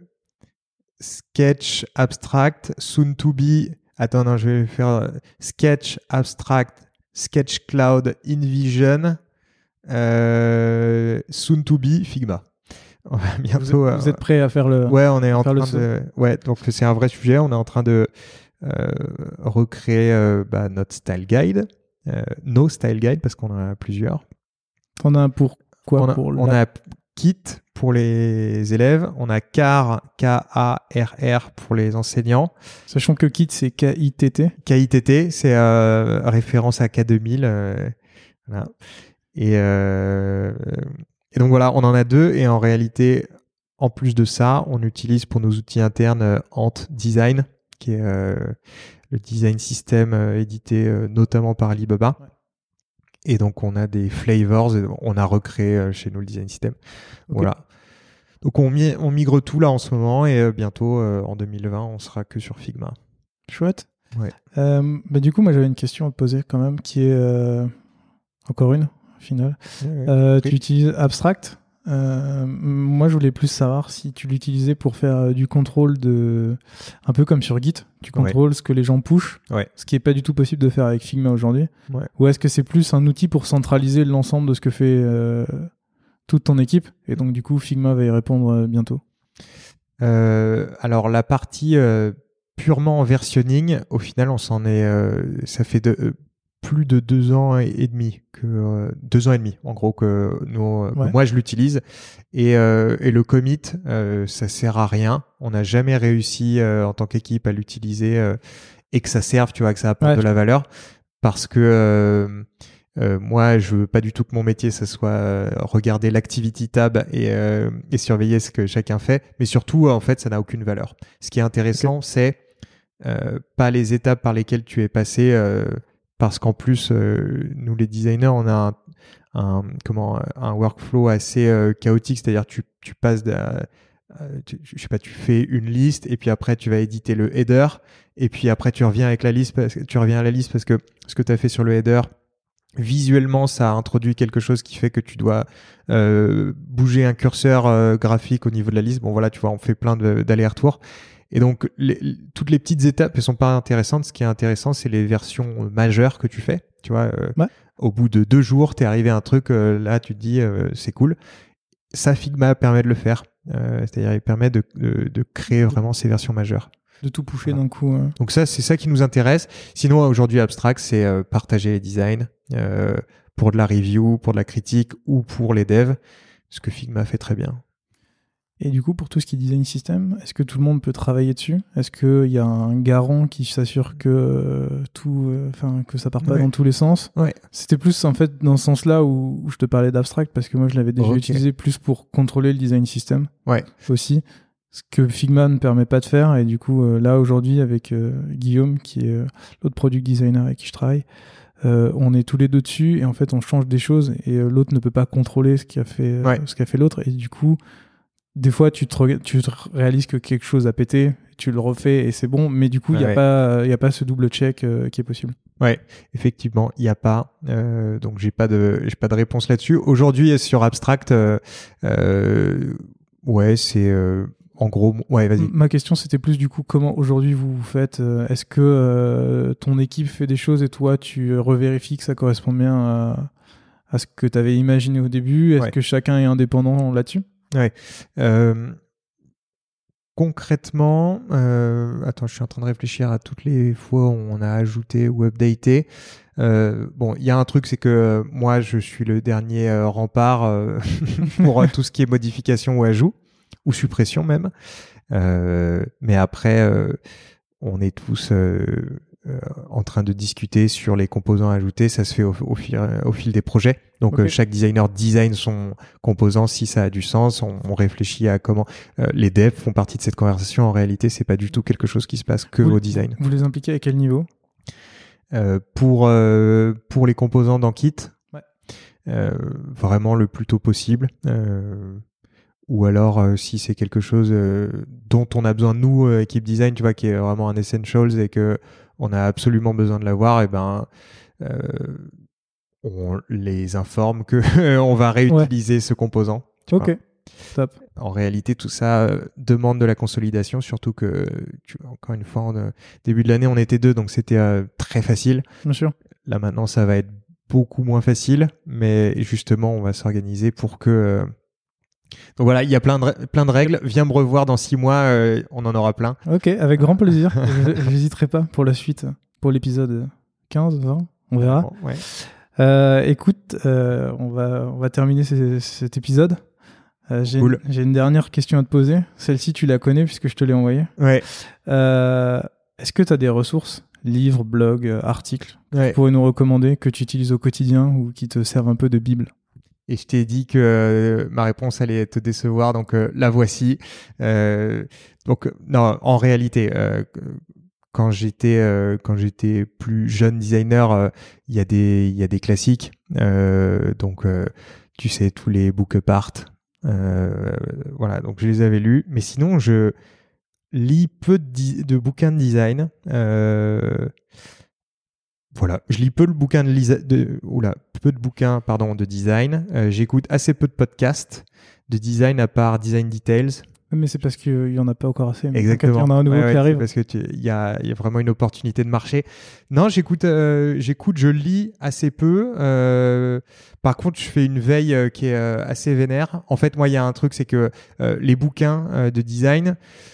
Speaker 2: Sketch, Abstract, Soon to be... Attends, non, je vais faire Sketch, Abstract, Sketch Cloud, InVision, euh... Soon to be, Figma. on va bientôt.
Speaker 1: Vous êtes, vous êtes prêt à faire le.
Speaker 2: Ouais, on est en
Speaker 1: faire
Speaker 2: train de. Ouais, donc c'est un vrai sujet. On est en train de euh, recréer euh, bah, notre style guide, euh, nos style guide parce qu'on en a plusieurs.
Speaker 1: On a un pour quoi
Speaker 2: On a,
Speaker 1: pour
Speaker 2: on
Speaker 1: la...
Speaker 2: a Kit pour les élèves, on a C A R, K A R R pour les enseignants.
Speaker 1: Sachant que Kit c'est K I T T.
Speaker 2: K I T T, c'est euh, référence à K deux mille. Euh, voilà. Et, euh, et donc voilà, on en a deux. Et en réalité, en plus de ça, on utilise pour nos outils internes euh, Ant Design, qui est euh, le design system euh, édité euh, notamment par Alibaba. Ouais. Et donc, on a des flavors, on a recréé euh, chez nous le design system. Okay. Voilà. Donc, on, mi- on migre tout là en ce moment et euh, bientôt, euh, en deux mille vingt, on sera que sur Figma.
Speaker 1: Chouette.
Speaker 2: Ouais.
Speaker 1: Euh, bah, du coup, moi, j'avais une question à te poser quand même, qui est euh, encore une, au final. Ouais, ouais. Euh, oui. Tu utilises Abstract. Euh, moi, je voulais plus savoir si tu l'utilisais pour faire euh, du contrôle de, un peu comme sur Git, tu contrôles ouais. ce que les gens pushent,
Speaker 2: ouais.
Speaker 1: ce qui est pas du tout possible de faire avec Figma aujourd'hui.
Speaker 2: Ouais.
Speaker 1: Ou est-ce que c'est plus un outil pour centraliser l'ensemble de ce que fait euh, toute ton équipe, et donc du coup Figma va y répondre euh, bientôt.
Speaker 2: Euh, alors la partie euh, purement versionning, au final, on s'en est, euh, ça fait de euh, plus de deux ans et, et demi que euh, deux ans et demi en gros que nous ouais. que moi je l'utilise et euh, et le commit euh, ça sert à rien, on n'a jamais réussi euh, en tant qu'équipe à l'utiliser euh, et que ça serve, tu vois, que ça apporte ouais, de la valeur, parce que euh, euh, moi je veux pas du tout que mon métier ça soit euh, regarder l'activity tab et euh, et surveiller ce que chacun fait, mais surtout en fait ça n'a aucune valeur. Ce qui est intéressant okay. c'est euh, pas les étapes par lesquelles tu es passé, euh, parce qu'en plus, euh, nous les designers, on a un, un comment un workflow assez euh, chaotique, c'est-à-dire tu tu passes de, euh, tu, je sais pas, tu fais une liste et puis après tu vas éditer le header et puis après tu reviens avec la liste parce que tu reviens à la liste parce que ce que tu as fait sur le header visuellement ça a introduit quelque chose qui fait que tu dois euh, bouger un curseur euh, graphique au niveau de la liste. Bon voilà, tu vois, on fait plein de, d'allers-retours. Et donc, les, toutes les petites étapes ne sont pas intéressantes. Ce qui est intéressant, c'est les versions majeures que tu fais. Tu vois, euh,
Speaker 1: ouais.
Speaker 2: Au bout de deux jours, tu es arrivé à un truc, euh, là, tu te dis, euh, c'est cool. Ça, Figma permet de le faire. Euh, c'est-à-dire, il permet de, de, de créer vraiment ces versions majeures.
Speaker 1: De tout pousser
Speaker 2: voilà.
Speaker 1: d'un coup. Euh...
Speaker 2: Donc ça, c'est ça qui nous intéresse. Sinon, aujourd'hui, Abstract, c'est euh, partager les designs euh, pour de la review, pour de la critique ou pour les devs, ce que Figma fait très bien.
Speaker 1: Et du coup, pour tout ce qui est design system, est-ce que tout le monde peut travailler dessus ? Est-ce qu'il y a un garant qui s'assure que euh, tout, enfin euh, que ça part pas
Speaker 2: ouais.
Speaker 1: dans tous les sens ?
Speaker 2: Ouais.
Speaker 1: C'était plus en fait dans ce sens-là où, où je te parlais d'abstract, parce que moi je l'avais déjà okay. utilisé plus pour contrôler le design system.
Speaker 2: Ouais.
Speaker 1: Aussi, ce que Figma ne permet pas de faire. Et du coup, euh, là aujourd'hui avec euh, Guillaume, qui est euh, l'autre product designer avec qui je travaille, euh, on est tous les deux dessus et en fait on change des choses et euh, l'autre ne peut pas contrôler ce qu'a fait, euh,
Speaker 2: ouais.
Speaker 1: ce qu'a fait l'autre. Et du coup, des fois, tu te, re- tu te réalises que quelque chose a pété, tu le refais et c'est bon, mais du coup, il
Speaker 2: ouais,
Speaker 1: n'y a, ouais. a pas ce double check euh, qui est possible.
Speaker 2: Ouais, effectivement, il n'y a pas. Euh, donc, j'ai pas de, j'ai pas de réponse là-dessus. Aujourd'hui, sur Abstract, euh, euh, ouais, c'est euh, en gros, ouais, vas-y.
Speaker 1: Ma question, c'était plus du coup, comment aujourd'hui vous vous faites ? Est-ce que euh, ton équipe fait des choses et toi, tu revérifies que ça correspond bien à, à ce que tu avais imaginé au début ? Est-ce
Speaker 2: ouais.
Speaker 1: que chacun est indépendant là-dessus ?
Speaker 2: Ouais. Euh, concrètement, euh, attends, je suis en train de réfléchir à toutes les fois où on a ajouté ou updaté. Euh, bon, il y a un truc, c'est que euh, moi, je suis le dernier euh, rempart euh, pour tout ce qui est modification ou ajout, ou suppression même. Euh, mais après, euh, on est tous euh, euh, en train de discuter sur les composants ajoutés. Ça se fait au, au, fil, au fil des projets. Donc, okay. euh, chaque designer design son composant si ça a du sens. On, on réfléchit à comment euh, les devs font partie de cette conversation. En réalité, c'est pas du tout quelque chose qui se passe que
Speaker 1: vous,
Speaker 2: au design.
Speaker 1: Vous les impliquez à quel niveau ?
Speaker 2: euh, pour euh, pour les composants dans Kit,
Speaker 1: ouais.
Speaker 2: euh, vraiment le plus tôt possible. Euh, ou alors euh, si c'est quelque chose euh, dont on a besoin nous euh, équipe design, tu vois, qui est vraiment un essentials et que on a absolument besoin de l'avoir, et ben euh, on les informe que on va réutiliser ouais. ce composant.
Speaker 1: Ok, vois. Top.
Speaker 2: En réalité, tout ça euh, demande de la consolidation, surtout que tu vois, encore une fois, en euh, début de l'année, on était deux, donc c'était euh, très facile.
Speaker 1: Bien sûr.
Speaker 2: Là maintenant, ça va être beaucoup moins facile, mais justement, on va s'organiser pour que euh, Donc voilà, il y a plein de, plein de règles. Viens me revoir dans six mois, euh, on en aura plein.
Speaker 1: Ok, avec grand plaisir. Je n'hésiterai pas pour la suite, pour l'épisode quinze, vingt, on verra.
Speaker 2: Bon, ouais.
Speaker 1: Euh, écoute, euh, on, va, on va terminer c- cet épisode. Euh, j'ai,
Speaker 2: Cool.
Speaker 1: une, j'ai une dernière question à te poser. Celle-ci, tu la connais puisque je te l'ai envoyée.
Speaker 2: Ouais.
Speaker 1: Euh, est-ce que tu as des ressources, livres, blogs, euh, articles, que
Speaker 2: Ouais.
Speaker 1: tu pourrais nous recommander, que tu utilises au quotidien ou qui te servent un peu de Bible?
Speaker 2: Et je t'ai dit que euh, ma réponse allait te décevoir, donc euh, la voici. Euh, donc non, en réalité, euh, quand j'étais euh, quand j'étais plus jeune designer, euh, il y a des il y a des classiques. Euh, donc euh, tu sais, tous les book apart. Euh, voilà, donc je les avais lus. Mais sinon, je lis peu de, di- de bouquins de design. Euh, Voilà, je lis peu de bouquins de, lisa- de oula, peu de bouquins pardon de design. Euh, j'écoute assez peu de podcasts de design à part Design Details.
Speaker 1: Mais c'est parce qu'il n'y en a pas encore assez. Mais
Speaker 2: Exactement.
Speaker 1: t'inquiète, il y en a un nouveau
Speaker 2: Ouais,
Speaker 1: qui
Speaker 2: ouais, c'est
Speaker 1: arrive.
Speaker 2: parce que tu- il y a, il y a vraiment une opportunité de marché. Non, j'écoute, euh, j'écoute, je lis assez peu. Euh, par contre, je fais une veille euh, qui est euh, assez vénère. En fait, moi, il y a un truc, c'est que euh, les bouquins euh, de design,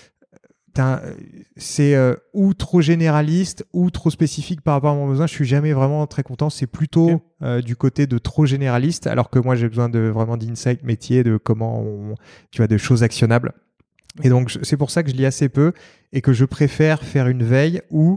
Speaker 2: t'as- c'est euh, ou trop généraliste ou trop spécifique par rapport à mon besoin. Je suis jamais vraiment très content. C'est plutôt
Speaker 1: Ok.
Speaker 2: euh, du côté de trop généraliste, alors que moi j'ai besoin de vraiment d'insight métier, de comment on, tu vois, de choses actionnables. Et donc je- c'est pour ça que je lis assez peu et que je préfère faire une veille ou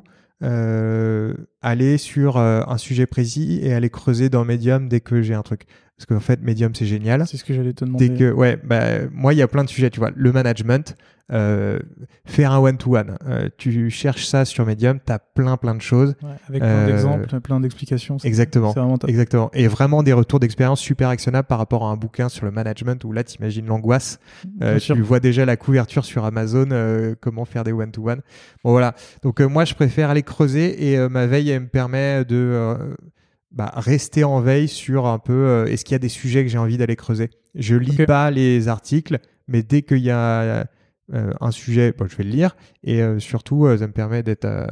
Speaker 2: euh, aller sur euh, un sujet précis et aller creuser dans Medium dès que j'ai un truc. Parce qu'en fait Medium c'est génial.
Speaker 1: C'est ce que j'allais te demander.
Speaker 2: Dès que, ouais, bah, moi, il y a plein de sujets, tu vois. Le management, euh, faire un one-to-one. Euh, tu cherches ça sur Medium, tu as plein, plein de choses.
Speaker 1: Ouais, avec plein
Speaker 2: Euh,
Speaker 1: d'exemples, plein d'explications. c'est-
Speaker 2: Exactement.
Speaker 1: C'est vraiment top.
Speaker 2: Exactement. Et vraiment des retours d'expérience super actionnables par rapport à un bouquin sur le management où là, t'imagines l'angoisse. Euh,
Speaker 1: Bien sûr.
Speaker 2: tu vois déjà la couverture sur Amazon, euh, comment faire des one-to-one. Bon, voilà. Donc, euh, moi, je préfère aller creuser et euh, ma veille, elle me permet de euh, bah, rester en veille sur un peu euh, est-ce qu'il y a des sujets que j'ai envie d'aller creuser. Je lis
Speaker 1: Ok.
Speaker 2: pas les articles, mais dès qu'il y a euh, un sujet, bon, je vais le lire. Et euh, surtout, euh, ça me permet d'être euh,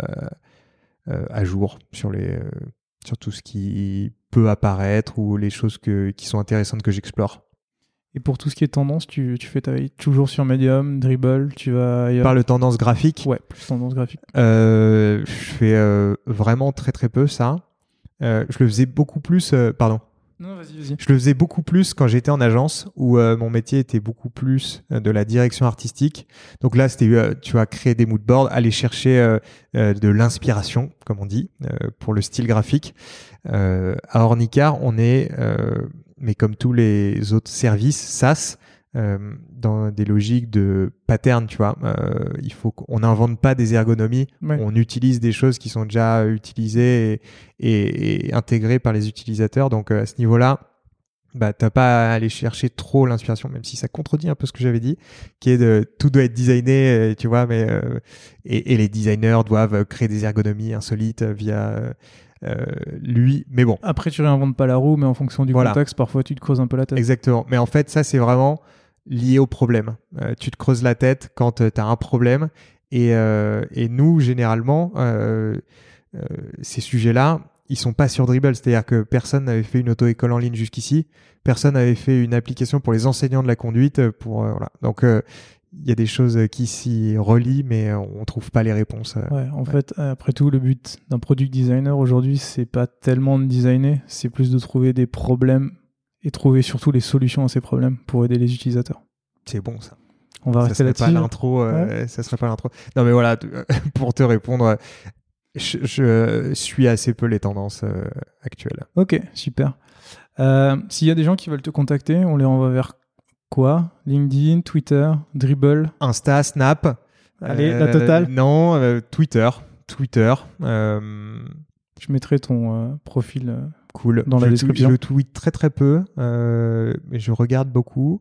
Speaker 2: euh, à jour sur les euh, sur tout ce qui peut apparaître ou les choses que, qui sont intéressantes que j'explore.
Speaker 1: Et pour tout ce qui est tendance, tu, tu fais ta veille toujours sur Medium, Dribble, tu vas ailleurs.
Speaker 2: Par le tendance graphique,
Speaker 1: Ouais, plus tendance graphique.
Speaker 2: euh, je fais euh, vraiment très très peu ça. Euh, je le faisais beaucoup plus, euh, pardon.
Speaker 1: Non, vas-y, vas-y.
Speaker 2: Je le faisais beaucoup plus quand j'étais en agence où euh, mon métier était beaucoup plus euh, de la direction artistique. Donc là, c'était, euh, tu vois, créer des moodboards, aller chercher euh, euh, de l'inspiration, comme on dit, euh, pour le style graphique. Euh, à Ornicar, on est, euh, mais comme tous les autres services SaaS, euh, dans des logiques de pattern, tu vois. Euh, il faut qu'on n'invente pas des ergonomies,
Speaker 1: Ouais.
Speaker 2: on utilise des choses qui sont déjà utilisées et, et, et intégrées par les utilisateurs. Donc euh, à ce niveau-là, bah t'as pas à aller chercher trop l'inspiration, même si ça contredit un peu ce que j'avais dit, qui est de tout doit être designé, euh, tu vois, mais euh, et, et les designers doivent créer des ergonomies insolites via euh, lui. Mais bon,
Speaker 1: Après, tu réinventes pas la roue, mais en fonction du
Speaker 2: Voilà.
Speaker 1: contexte, parfois tu te creuses un peu la tête.
Speaker 2: exactement. Mais en fait, ça c'est vraiment lié au problème. Euh, tu te creuses la tête quand tu as un problème. Et, euh, et nous, généralement, euh, euh, ces sujets-là, ils sont pas sur Dribble. C'est-à-dire que personne n'avait fait une auto-école en ligne jusqu'ici. Personne n'avait fait une application pour les enseignants de la conduite. Pour, euh, voilà. Donc, il euh, y a des choses qui s'y relient, mais on trouve pas les réponses. Euh.
Speaker 1: Ouais, en fait, après tout, le but d'un product designer aujourd'hui, c'est pas tellement de designer, c'est plus de trouver des problèmes et trouver surtout les solutions à ces problèmes pour aider les utilisateurs.
Speaker 2: C'est bon, ça.
Speaker 1: On va
Speaker 2: ça
Speaker 1: rester
Speaker 2: serait
Speaker 1: là-dessus.
Speaker 2: pas l'intro. Euh, ouais. Ça serait pas l'intro. Non, mais voilà, t- pour te répondre, je, je suis assez peu les tendances euh, actuelles.
Speaker 1: Ok, super. Euh, s'il y a des gens qui veulent te contacter, on les renvoie vers quoi? LinkedIn, Twitter, Dribble?
Speaker 2: Insta, Snap.
Speaker 1: Allez,
Speaker 2: euh,
Speaker 1: la totale?
Speaker 2: Non, euh, Twitter. Twitter. Euh,
Speaker 1: Je mettrai ton euh, profil. Euh,
Speaker 2: cool.
Speaker 1: Dans la
Speaker 2: je,
Speaker 1: description.
Speaker 2: Je tweet très très peu, euh, mais je regarde beaucoup.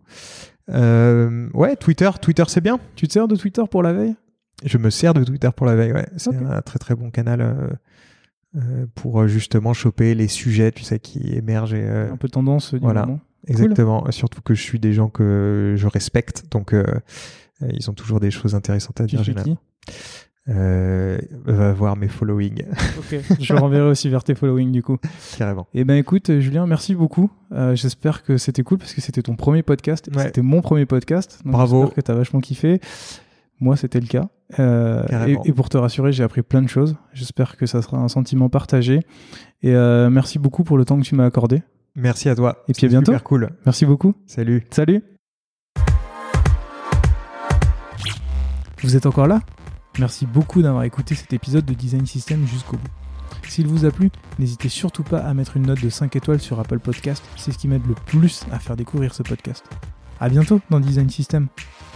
Speaker 2: Euh, ouais, Twitter. Twitter, c'est bien.
Speaker 1: Tu te sers de Twitter pour la veille?
Speaker 2: Je me sers de Twitter pour la veille. Ouais, c'est
Speaker 1: Ok.
Speaker 2: un très très bon canal euh, euh, pour euh, justement choper les sujets, tu sais, qui émergent. Et, euh,
Speaker 1: Un peu tendance du
Speaker 2: voilà.
Speaker 1: moment.
Speaker 2: Exactement. Surtout que je suis des gens que je respecte, donc euh, ils ont toujours des choses intéressantes à dire.
Speaker 1: Tu suis
Speaker 2: généralement.
Speaker 1: qui?
Speaker 2: euh, va voir mes followings.
Speaker 1: Ok, je renverrai aussi vers tes followings du coup.
Speaker 2: Carrément.
Speaker 1: Eh ben écoute, Julien, merci beaucoup. Euh, j'espère que c'était cool parce que c'était ton premier podcast.
Speaker 2: Ouais.
Speaker 1: C'était mon premier podcast. Donc
Speaker 2: Bravo.
Speaker 1: J'espère que tu as vachement kiffé. Moi, c'était le cas. Euh, et, et pour te rassurer, j'ai appris plein de choses. J'espère que ça sera un sentiment partagé. Et euh, merci beaucoup pour le temps que tu m'as accordé.
Speaker 2: Merci à toi.
Speaker 1: Et puis à bientôt.
Speaker 2: Super cool.
Speaker 1: Merci beaucoup.
Speaker 2: Salut.
Speaker 1: Salut. Vous êtes encore là ? Merci beaucoup d'avoir écouté cet épisode de Design System jusqu'au bout. S'il vous a plu, n'hésitez surtout pas à mettre une note de cinq étoiles sur Apple Podcast. C'est ce qui m'aide le plus à faire découvrir ce podcast. À bientôt dans Design System.